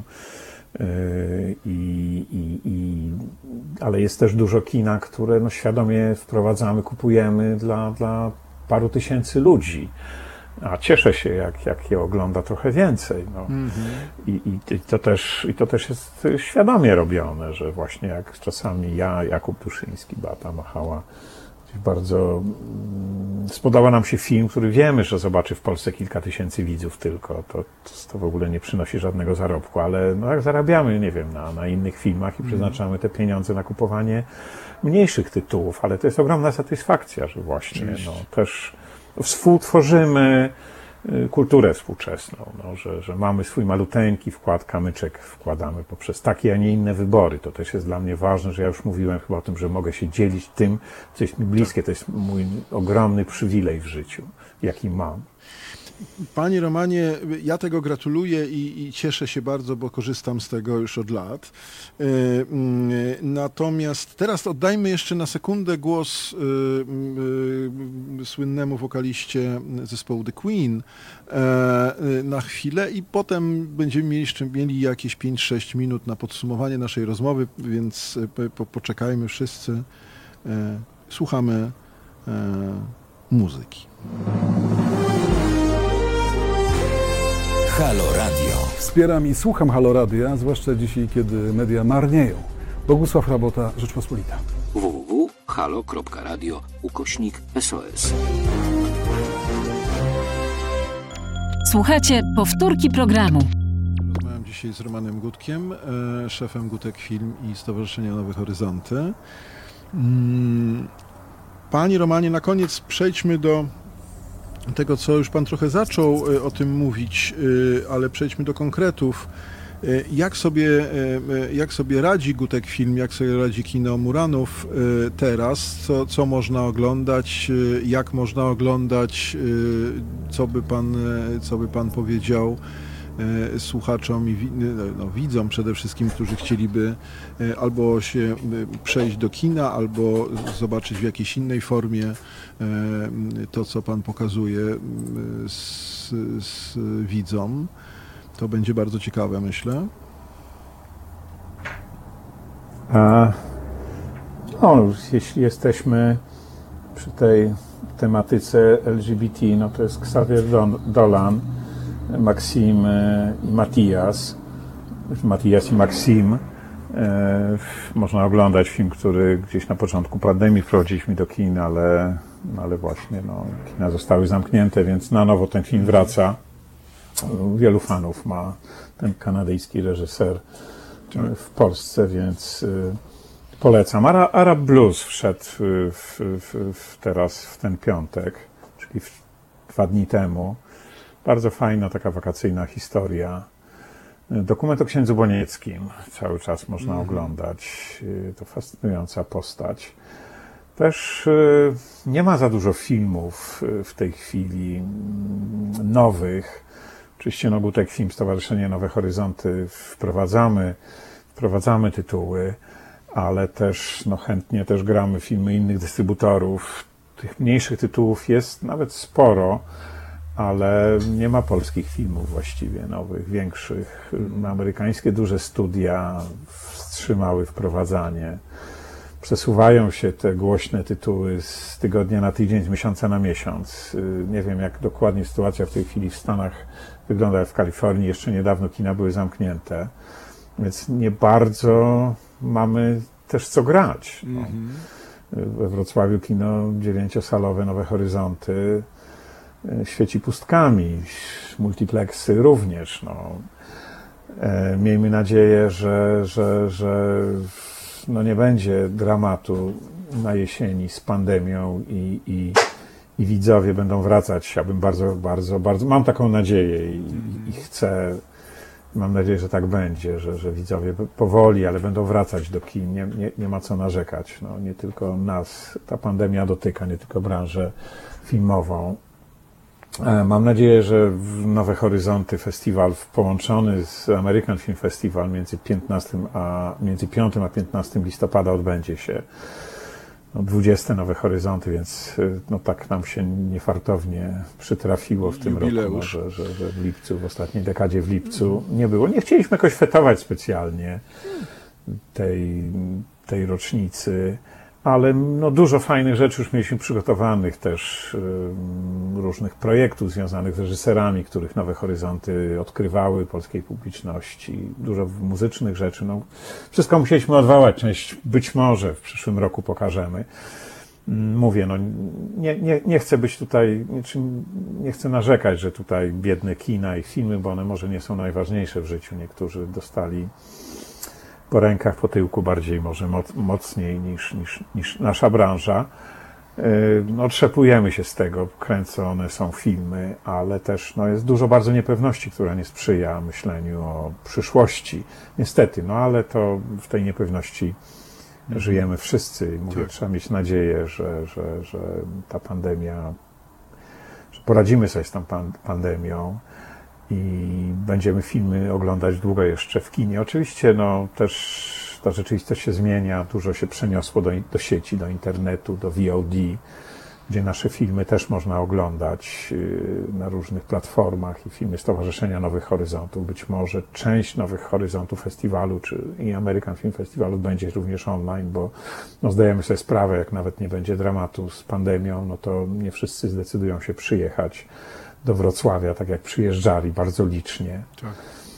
I, i, i, ale jest też dużo kina, które no, świadomie wprowadzamy, kupujemy dla, dla paru tysięcy ludzi. A cieszę się, jak, jak je ogląda trochę więcej. No. Mm-hmm. I, i, to też, I to też jest świadomie robione, że właśnie jak czasami ja, Jakub Duszyński, Beata Machała, bardzo spodobał nam się film, który wiemy, że zobaczy w Polsce kilka tysięcy widzów tylko. To, to w ogóle nie przynosi żadnego zarobku, ale no jak zarabiamy, nie wiem, na, na innych filmach i przeznaczamy te pieniądze na kupowanie mniejszych tytułów, ale to jest ogromna satysfakcja, że właśnie no, też współtworzymy kulturę współczesną, no, że, że mamy swój maluteńki wkład, kamyczek wkładamy poprzez takie, a nie inne wybory. To też jest dla mnie ważne, że ja już mówiłem chyba o tym, że mogę się dzielić tym, co jest mi bliskie. To jest mój ogromny przywilej w życiu, jaki mam. Panie Romanie, ja tego gratuluję i, i cieszę się bardzo, bo korzystam z tego już od lat. Yy, yy, natomiast teraz oddajmy jeszcze na sekundę głos yy, yy, słynnemu wokaliście zespołu The Queen yy, na chwilę i potem będziemy mieli jeszcze mieli jakieś pięć sześć minut na podsumowanie naszej rozmowy, więc po, poczekajmy wszyscy. Yy, słuchamy yy, muzyki. Halo Radio. Wspieram i słucham Halo Radia, zwłaszcza dzisiaj, kiedy media marnieją. Bogusław Rabota, Rzeczpospolita. w w w kropka halo kropka radio ukośnik S O S. Słuchajcie, powtórki programu. Rozmawiam dzisiaj z Romanem Gutkiem, e, szefem Gutek Film i Stowarzyszenia Nowe Horyzonty. Mm, Panie Romanie, na koniec przejdźmy do tego, co już Pan trochę zaczął o tym mówić, ale przejdźmy do konkretów. Jak sobie, jak sobie radzi Gutek Film, jak sobie radzi kino Muranów teraz, co, co można oglądać, jak można oglądać, co by Pan, co by pan powiedział e, słuchaczom i wi, no, widzom przede wszystkim, którzy chcieliby e, albo się e, przejść do kina, albo zobaczyć w jakiejś innej formie e, to, co pan pokazuje e, z, z widzom. To będzie bardzo ciekawe, myślę. A, no, jeśli jesteśmy przy tej tematyce L G B T, no to jest Xavier Dolan, Maxime i Matias. Matias i Maxime. E, można oglądać film, który gdzieś na początku pandemii wprowadziliśmy do kin, ale, ale właśnie no, kina zostały zamknięte, więc na nowo ten film wraca. Wielu fanów ma ten kanadyjski reżyser w Polsce, więc polecam. Arab Blues wszedł w, w, w teraz w ten piątek, czyli w, dwa dni temu. Bardzo fajna, taka wakacyjna historia. Dokument o księdzu Bonieckim cały czas można mm. oglądać. To fascynująca postać. Też nie ma za dużo filmów w tej chwili nowych. Oczywiście no, Gutek Film, Stowarzyszenie Nowe Horyzonty wprowadzamy, wprowadzamy tytuły, ale też no, chętnie też gramy filmy innych dystrybutorów. Tych mniejszych tytułów jest nawet sporo, ale nie ma polskich filmów właściwie nowych, większych. Amerykańskie duże studia wstrzymały wprowadzanie. Przesuwają się te głośne tytuły z tygodnia na tydzień, z miesiąca na miesiąc. Nie wiem, jak dokładnie sytuacja w tej chwili w Stanach wygląda. W Kalifornii jeszcze niedawno kina były zamknięte, więc nie bardzo mamy też co grać. No. Mm-hmm. We Wrocławiu kino dziewięciosalowe Nowe Horyzonty świeci pustkami, multipleksy również. No. Miejmy nadzieję, że, że, że no nie będzie dramatu na jesieni z pandemią i, i, i widzowie będą wracać. Ja bym bardzo, bardzo, bardzo, mam taką nadzieję i, i chcę, mam nadzieję, że tak będzie, że, że widzowie powoli, ale będą wracać do kin. Nie, nie, nie ma co narzekać. No, nie tylko nas ta pandemia dotyka, nie tylko branżę filmową. Mam nadzieję, że Nowe Horyzonty Festiwal połączony z American Film Festival między piętnastym a, między piątym a piętnastym listopada odbędzie się. No, dwudzieste Nowe Horyzonty, więc no, tak nam się niefartownie przytrafiło w tym Jubileusz. roku, no, że, że, że w lipcu, w ostatniej dekadzie w lipcu nie było. Nie chcieliśmy jakoś fetować specjalnie tej, tej rocznicy. Ale no, dużo fajnych rzeczy już mieliśmy przygotowanych, też y, różnych projektów związanych z reżyserami, których Nowe Horyzonty odkrywały polskiej publiczności, dużo muzycznych rzeczy. No, wszystko musieliśmy odwołać, część być może w przyszłym roku pokażemy. Mówię, no nie, nie, nie chcę być tutaj, nie, nie chcę narzekać, że tutaj biedne kina i filmy, bo one może nie są najważniejsze w życiu. Niektórzy dostali po rękach, po tyłku bardziej może moc, mocniej niż, niż, niż nasza branża. No, otrzepujemy się z tego, kręcone są filmy, ale też no, jest dużo bardzo niepewności, która nie sprzyja myśleniu o przyszłości. Niestety, no ale to w tej niepewności żyjemy wszyscy. Mówię, tak. Trzeba mieć nadzieję, że, że, że ta pandemia, że poradzimy sobie z tą pan, pandemią. I będziemy filmy oglądać długo jeszcze w kinie. Oczywiście no, też ta rzeczywistość się zmienia, dużo się przeniosło do, do sieci, do internetu, do V O D, gdzie nasze filmy też można oglądać yy, na różnych platformach i filmy Stowarzyszenia Nowych Horyzontów. Być może część Nowych Horyzontów Festiwalu, czy i American Film Festiwalu będzie również online, bo no, zdajemy sobie sprawę, jak nawet nie będzie dramatu z pandemią, no to nie wszyscy zdecydują się przyjechać do Wrocławia, tak jak przyjeżdżali bardzo licznie. Tak.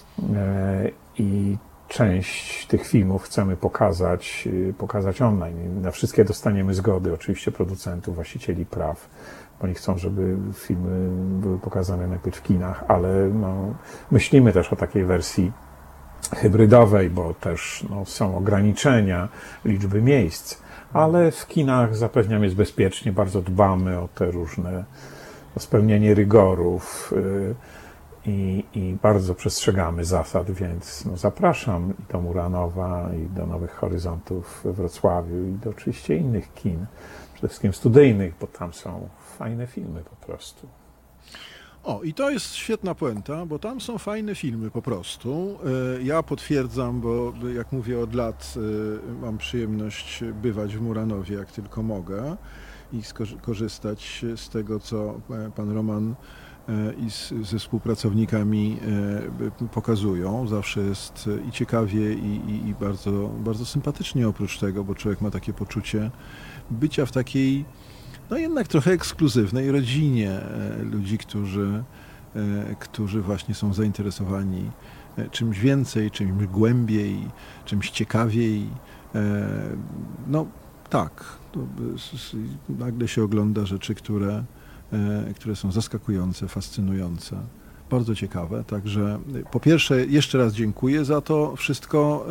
I część tych filmów chcemy pokazać, pokazać online. Na wszystkie dostaniemy zgody, oczywiście producentów, właścicieli praw. Oni chcą, żeby filmy były pokazane najpierw w kinach, ale no, myślimy też o takiej wersji hybrydowej, bo też no, są ograniczenia liczby miejsc, ale w kinach zapewniam jest bezpiecznie, bardzo dbamy o te różne o spełnienie rygorów yy, i, i bardzo przestrzegamy zasad, więc no, zapraszam i do Muranowa, i do Nowych Horyzontów we Wrocławiu, i do oczywiście innych kin, przede wszystkim studyjnych, bo tam są fajne filmy po prostu. O, i to jest świetna puenta, bo tam są fajne filmy po prostu. Ja potwierdzam, bo jak mówię od lat, mam przyjemność bywać w Muranowie, jak tylko mogę i korzystać z tego, co pan Roman i z, ze współpracownikami pokazują. Zawsze jest i ciekawie, i, i, i bardzo, bardzo sympatycznie oprócz tego, bo człowiek ma takie poczucie bycia w takiej, no jednak trochę ekskluzywnej rodzinie ludzi, którzy, którzy właśnie są zainteresowani czymś więcej, czymś głębiej, czymś ciekawiej. No tak, nagle się ogląda rzeczy, które które są zaskakujące, fascynujące, bardzo ciekawe. Także po pierwsze jeszcze raz dziękuję za to wszystko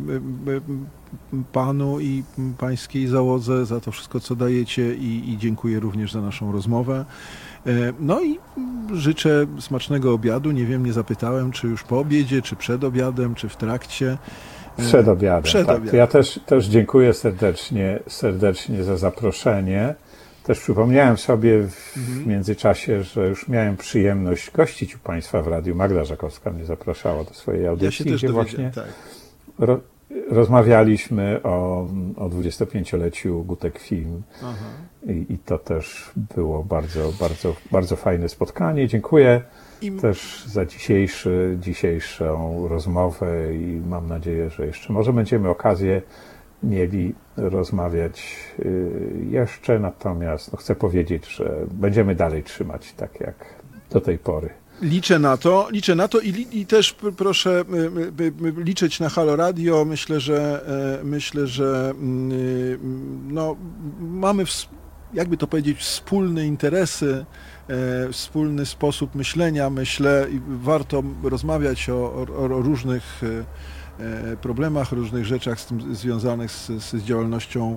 panu i pańskiej załodze, za to wszystko, co dajecie i, i dziękuję również za naszą rozmowę. No i życzę smacznego obiadu. Nie wiem, nie zapytałem, czy już po obiedzie, czy przed obiadem, czy w trakcie. Przed obiadem. Przed tak. obiadem. Ja też, też dziękuję serdecznie, serdecznie za zaproszenie. Też przypomniałem sobie w mhm. międzyczasie, że już miałem przyjemność gościć u Państwa w radiu. Magda Żakowska mnie zapraszała do swojej audycji, ja się gdzie też właśnie tak. ro, rozmawialiśmy o, o dwudziestopięcioleciu Gutek Film. I, I to też było bardzo, bardzo, bardzo fajne spotkanie. Dziękuję I... też za dzisiejszy, dzisiejszą rozmowę i mam nadzieję, że jeszcze może będziemy okazję mieli rozmawiać jeszcze, natomiast no chcę powiedzieć, że będziemy dalej trzymać tak jak do tej pory. Liczę na to, liczę na to i, i też proszę liczyć na Halo Radio. Myślę, że myślę, że no, mamy, jakby to powiedzieć, wspólne interesy, wspólny sposób myślenia, myślę, i warto rozmawiać o, o, o różnych problemach, różnych rzeczach z tym związanych z, z działalnością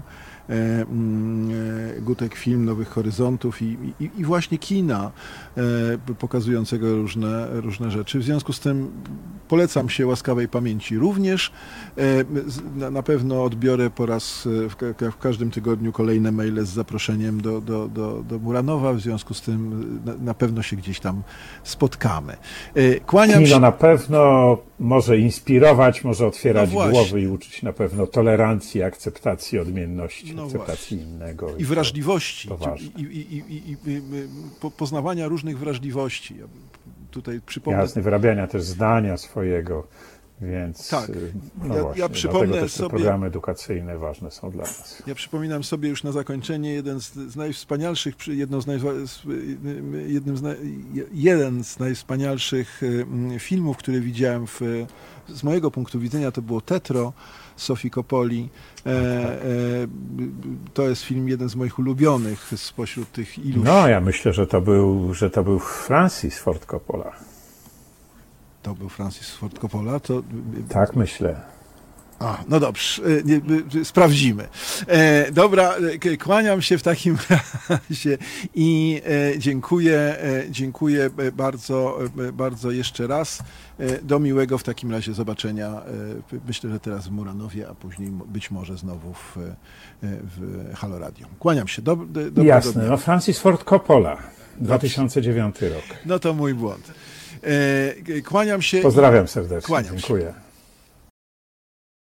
Gutek Film, Nowych Horyzontów i, i, i właśnie kina pokazującego różne, różne rzeczy. W związku z tym polecam się łaskawej pamięci również. Na, na pewno odbiorę po raz w, w każdym tygodniu kolejne maile z zaproszeniem do, do, do, do Muranowa. W związku z tym na, na pewno się gdzieś tam spotkamy. Kłaniam Kino się... na pewno może inspirować, może otwierać no głowy i uczyć na pewno tolerancji, akceptacji odmienności, no akceptacji właśnie. innego. I wrażliwości, to, to i, i, i, i, i poznawania różnych wrażliwości. Ja tutaj przypomnę... Jasne, wyrabiania też zdania swojego, więc tak. no ja, właśnie, ja przypomnę dlatego też te sobie... programy edukacyjne ważne są dla nas. Ja przypominam sobie już na zakończenie jeden z, z najwspanialszych, jedno z najwa, jednym z na, jeden z najwspanialszych filmów, które widziałem w, z mojego punktu widzenia, to było Tetro Sofii Coppoli. E, e, to jest film jeden z moich ulubionych spośród tych iluś. No, ja myślę, że to był, że to był Francis Ford Coppola. To był Francis Ford Coppola? To... Tak myślę. A, no dobrze, sprawdzimy. E, dobra, kłaniam się w takim razie i e, dziękuję, e, dziękuję bardzo, bardzo jeszcze raz. E, do miłego w takim razie zobaczenia. E, myślę, że teraz w Muranowie, a później być może znowu w, w Halo Radio. Kłaniam się. Do, do, Jasne, do no Francis Ford Coppola, dwa tysiące dziewiąty rok. No to mój błąd. E, kłaniam się. Pozdrawiam serdecznie, kłaniam dziękuję. Się.